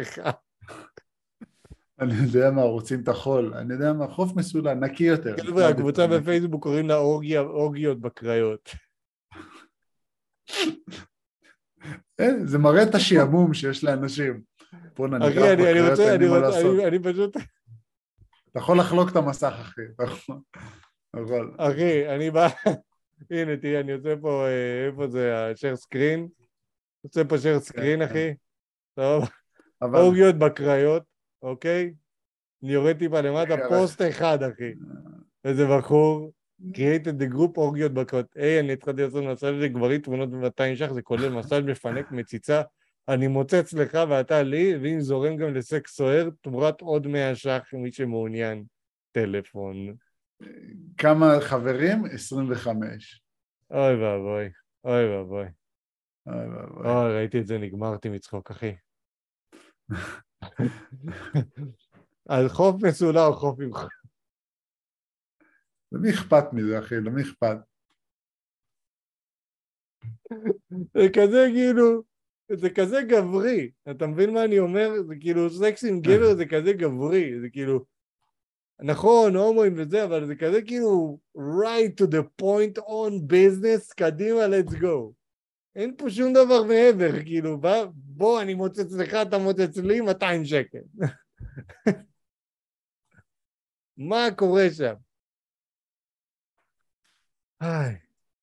אני יודע מה, רוצים את החול. אני יודע מה, חוף מסולה, נקי יותר. חבר'ה, הקבוצה בפייסבוק קוראים לה אורגיות בקריות. זה מראה את השעמום שיש לאנשים. אחי, אני רוצה, אני רוצה, אני פשוט... אתה יכול לחלוק את המסך, אחי. אחי, אני בא... הנה, תראה, אני יוצא פה, איפה זה, השאר סקרין? יוצא פה שאר סקרין, אחי. טוב. אורגיות בקריות, אוקיי? אני יורד טיפה למטה, פוסט אחד, אחי. איזה בחור, created the group אורגיות בקריות. היי, אני התחלתי לעשות מסאז' לגברים, תמונות ב-מאתיים ש"ח, זה כולל מסאז' מפנק, מציצה. אני מוצץ לך ואתה לי, ואם זורם גם לסקס סוער, תמורת עוד מאה ש"ח, מי שמעוניין. טלפון. כמה חברים? עשרים וחמש. אוי ואבוי, אוי ואבוי. אוי ואבוי. אוי, ראיתי את זה, נגמרתי מצחוק, אחי. אז חוף מסולה או חוף עם חוף? למי אכפת מזה, אחי? למי אכפת? זה כזה כאילו, זה כזה גברי. אתה מבין מה אני אומר? זה כאילו, סקס עם גבר זה כזה גברי. זה כאילו, נכון, הומואים וזה, אבל זה כזה כאילו, right to the point on business, קדימה, let's go. אין פה שום דבר מעבר, כאילו, בוא, בוא, אני מוצץ לך, אתה מוצץ לי, מאתיים שקל. מה קורה שם? היי.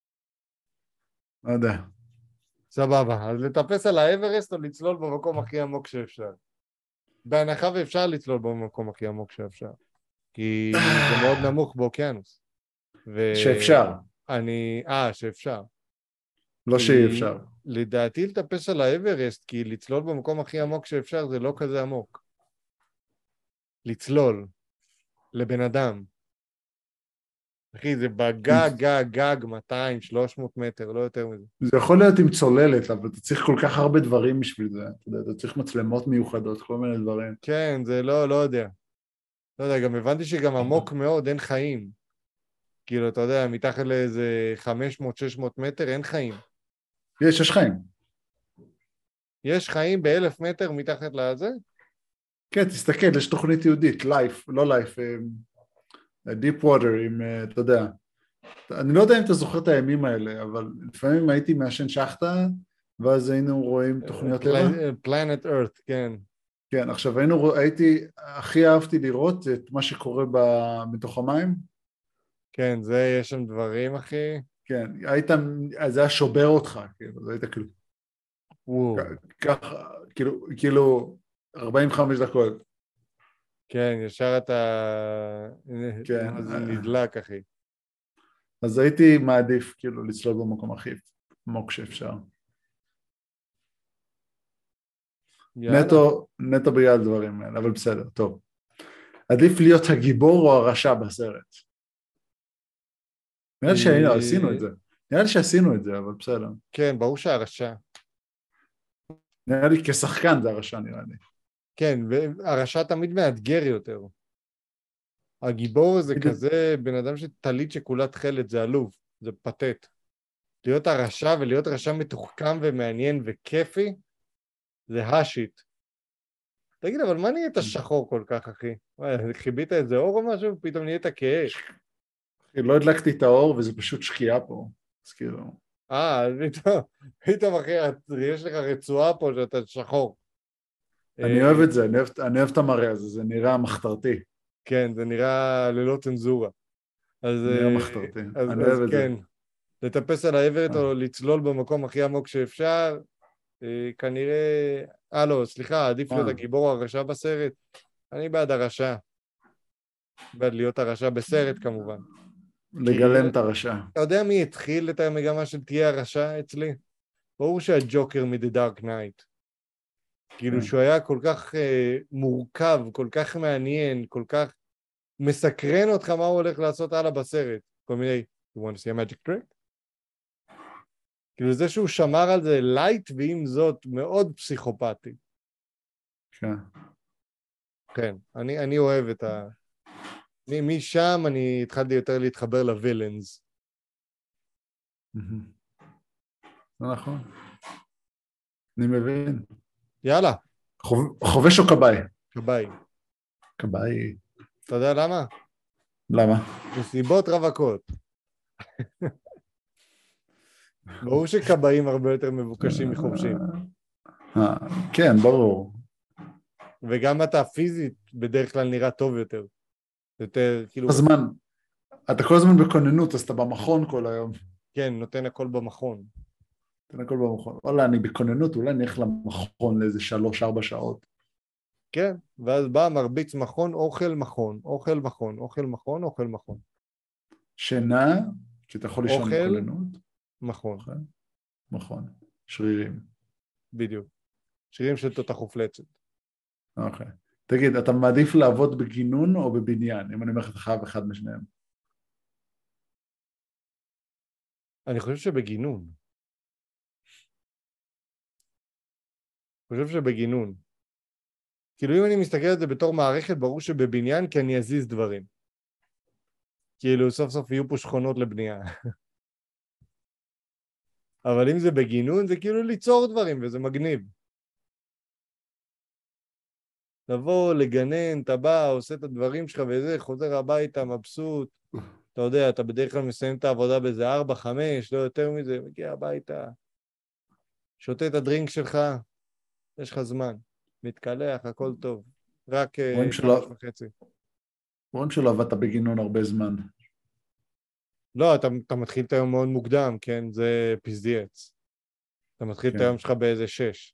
לא יודע. סבבה, אז לטפס על האברסט או לצלול במקום הכי עמוק שאפשר. בהנחה ואפשר לצלול במקום הכי עמוק שאפשר. כי זה מאוד נמוך באוקיינוס. שאפשר. אני, אה, שאפשר. לא כי שאי אפשר. לדעתי לטפס על האברסט, כי לצלול במקום הכי עמוק שאפשר זה לא כזה עמוק. לצלול, לבן אדם. אחי, זה בגג, גג, גג, מאתיים, שלוש מאות מטר, לא יותר מזה. זה יכול להיות עם צוללת, אבל אתה צריך כל כך הרבה דברים בשביל זה. אתה יודע, אתה צריך מצלמות מיוחדות, כל מיני דברים. כן, זה לא, לא יודע. לא יודע, גם הבנתי שגם עמוק מאוד, אין חיים. כאילו, אתה יודע, מתחת לאיזה חמש מאות שש מאות מטר, אין חיים. יש, יש חיים. יש חיים באלף מטר מתחת לזה? כן, תסתכל, יש תוכנית יהודית, לייף, לא לייף, דיפ ווטר, עם, אה, אתה יודע. אני לא יודע אם אתה זוכר את הימים האלה, אבל לפעמים הייתי מעשן שחטה, ואז היינו רואים תוכניות טבע. פלנט ארת, כן. כן, עכשיו היינו, הייתי, הכי אהבתי לראות את מה שקורה ב, בתוך המים. כן, זה, יש שם דברים, אחי. כן, היית, אז זה היה שובר אותך, כאילו, זה היית כאילו, וואו. ככה, כאילו, כאילו, ארבעים וחמש דקות. כן, ישר אתה... כן. מה זה נדלק, אחי. אז הייתי מעדיף, כאילו, לצלול במקום הכי עמוק שאפשר. יאללה. נטו, נטו בגלל הדברים האלה, אבל בסדר, טוב. עדיף להיות הגיבור או הרשע בסרט. נראה לי שהיינו, עשינו את זה. נראה לי שעשינו את זה, אבל בסדר. כן, ברור שהרשע. נראה לי כשחקן זה הרשע, נראה לי. כן, והרשע תמיד מאתגר יותר. הגיבור זה כזה בן אדם שטלית שכולה תכלת, זה עלוב, זה פתט. להיות הרשע ולהיות רשע מתוחכם ומעניין וכיפי, זה השיט. תגיד, אבל מה נהיית שחור כל כך, אחי? חיבית איזה אור או משהו? פתאום נהיית כאש. לא הדלקתי את האור וזה פשוט שקיעה פה. אז כאילו... אה, פתאום, פתאום, אחי, יש לך רצועה פה שאתה שחור. אני אוהב את זה, אני אוהב, אני אוהב את המראה הזה, זה נראה מחתרתי. כן, זה נראה ללא צנזורה. אז, נראה מחתרתי, אז, אני אז אוהב את כן, זה. לטפס על האברסט אה. או לצלול במקום הכי עמוק שאפשר, כנראה... אה, לא, סליחה, עדיף להיות הגיבור או הרשע בסרט. אני בעד הרשע. בעד להיות הרשע בסרט, כמובן. לגלם את הרשע. אתה יודע מי התחיל את המגמה של תהיה הרשע אצלי? ברור שהג'וקר מ-The Dark Knight. כאילו שהוא היה כל כך uh, מורכב, כל כך מעניין, כל כך מסקרן אותך מה הוא הולך לעשות הלאה בסרט. כל מיני, you want to see a magic trick? כאילו זה שהוא שמר על זה לייט, ועם זאת מאוד פסיכופתי. כן. כן, אני, אני אוהב את ה... משם אני התחלתי יותר להתחבר לווילנס. זה נכון. אני מבין. יאללה. חובש או קבאי? קבאי. קבאי. אתה יודע למה? למה? מסיבות רווקות. ברור שקבאים הרבה יותר מבוקשים מחובשים. כן, ברור. וגם אתה פיזית בדרך כלל נראה טוב יותר. יותר, כאילו... הזמן. אתה כל הזמן בכוננות, אז אתה במכון כל היום. כן, נותן הכל במכון. נותן הכל במכון. וואלה, אני בכוננות, אולי נלך למכון לאיזה שלוש, ארבע שעות. כן, ואז בא מרביץ מכון, אוכל מכון, אוכל מכון, אוכל מכון, אוכל מכון. שינה, כי אתה יכול לישון בכוננות. מכון. מכון. שרירים. בדיוק. שרירים של תותח ופלצת. אוקיי. תגיד, אתה מעדיף לעבוד בגינון או בבניין? אם אני אומר לך חייב אחד משניהם. אני חושב שבגינון. אני חושב שבגינון. כאילו אם אני מסתכל על זה בתור מערכת, ברור שבבניין כי אני אזיז דברים. כאילו סוף סוף יהיו פה שכונות לבנייה. אבל אם זה בגינון, זה כאילו ליצור דברים, וזה מגניב. לבוא, לגנן, אתה בא, עושה את הדברים שלך וזה, חוזר הביתה, מבסוט. אתה יודע, אתה בדרך כלל מסיים את העבודה באיזה ארבע, חמש, לא יותר מזה, מגיע הביתה, שותה את הדרינק שלך, יש לך זמן, מתקלח, הכל טוב. רק שלוש וחצי. רואים שלא עבדת בגינון הרבה זמן. לא, אתה, אתה מתחיל את היום מאוד מוקדם, כן? זה פזדייץ. אתה מתחיל כן. את היום שלך באיזה שש.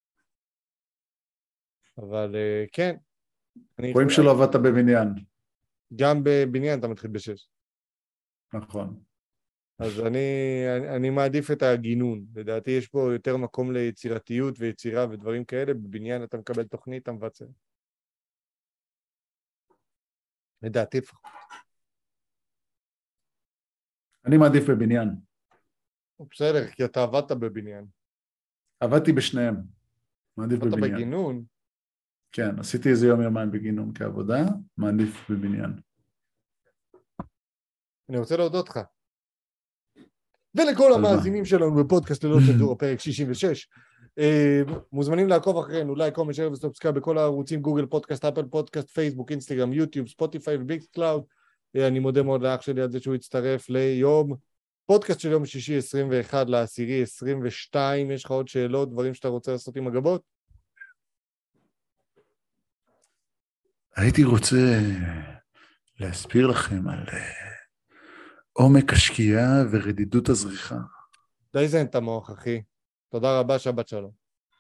אבל כן. רואים שלא עבדת בבניין. גם בבניין אתה מתחיל בשש. נכון. אז אני, אני, אני מעדיף את הגינון. לדעתי יש פה יותר מקום ליצירתיות ויצירה ודברים כאלה. בבניין אתה מקבל תוכנית, אתה מבצע. לדעתי לפחות. אני מעדיף בבניין. בסדר, כי אתה עבדת בבניין. עבדתי בשניהם. מעדיף עבדת בבניין. בגינון? כן, עשיתי איזה יום יומיים בגינון כעבודה, מעדיף בבניין. אני רוצה להודות לך. ולכל המאזינים שלנו בפודקאסט ללא צנזורה, פרק שישים ושש. מוזמנים לעקוב אחרינו, לייק, קומנט, שייר וסאבסקרייב בכל הערוצים, גוגל פודקאסט, אפל פודקאסט, פייסבוק, אינסטגרם, יוטיוב, ספוטיפיי וביקס קלאוד. אני מודה מאוד לאח שלי על זה שהוא הצטרף ליום, פודקאסט של יום שישי עשרים ואחד לעשירי עשרים ושתיים. יש לך עוד שאלות, דברים שאתה רוצה לעשות עם הגבות? הייתי רוצה להסביר לכם על עומק השקיעה ורדידות הזריחה. די זן את המוח, אחי. תודה רבה, שבת שלום.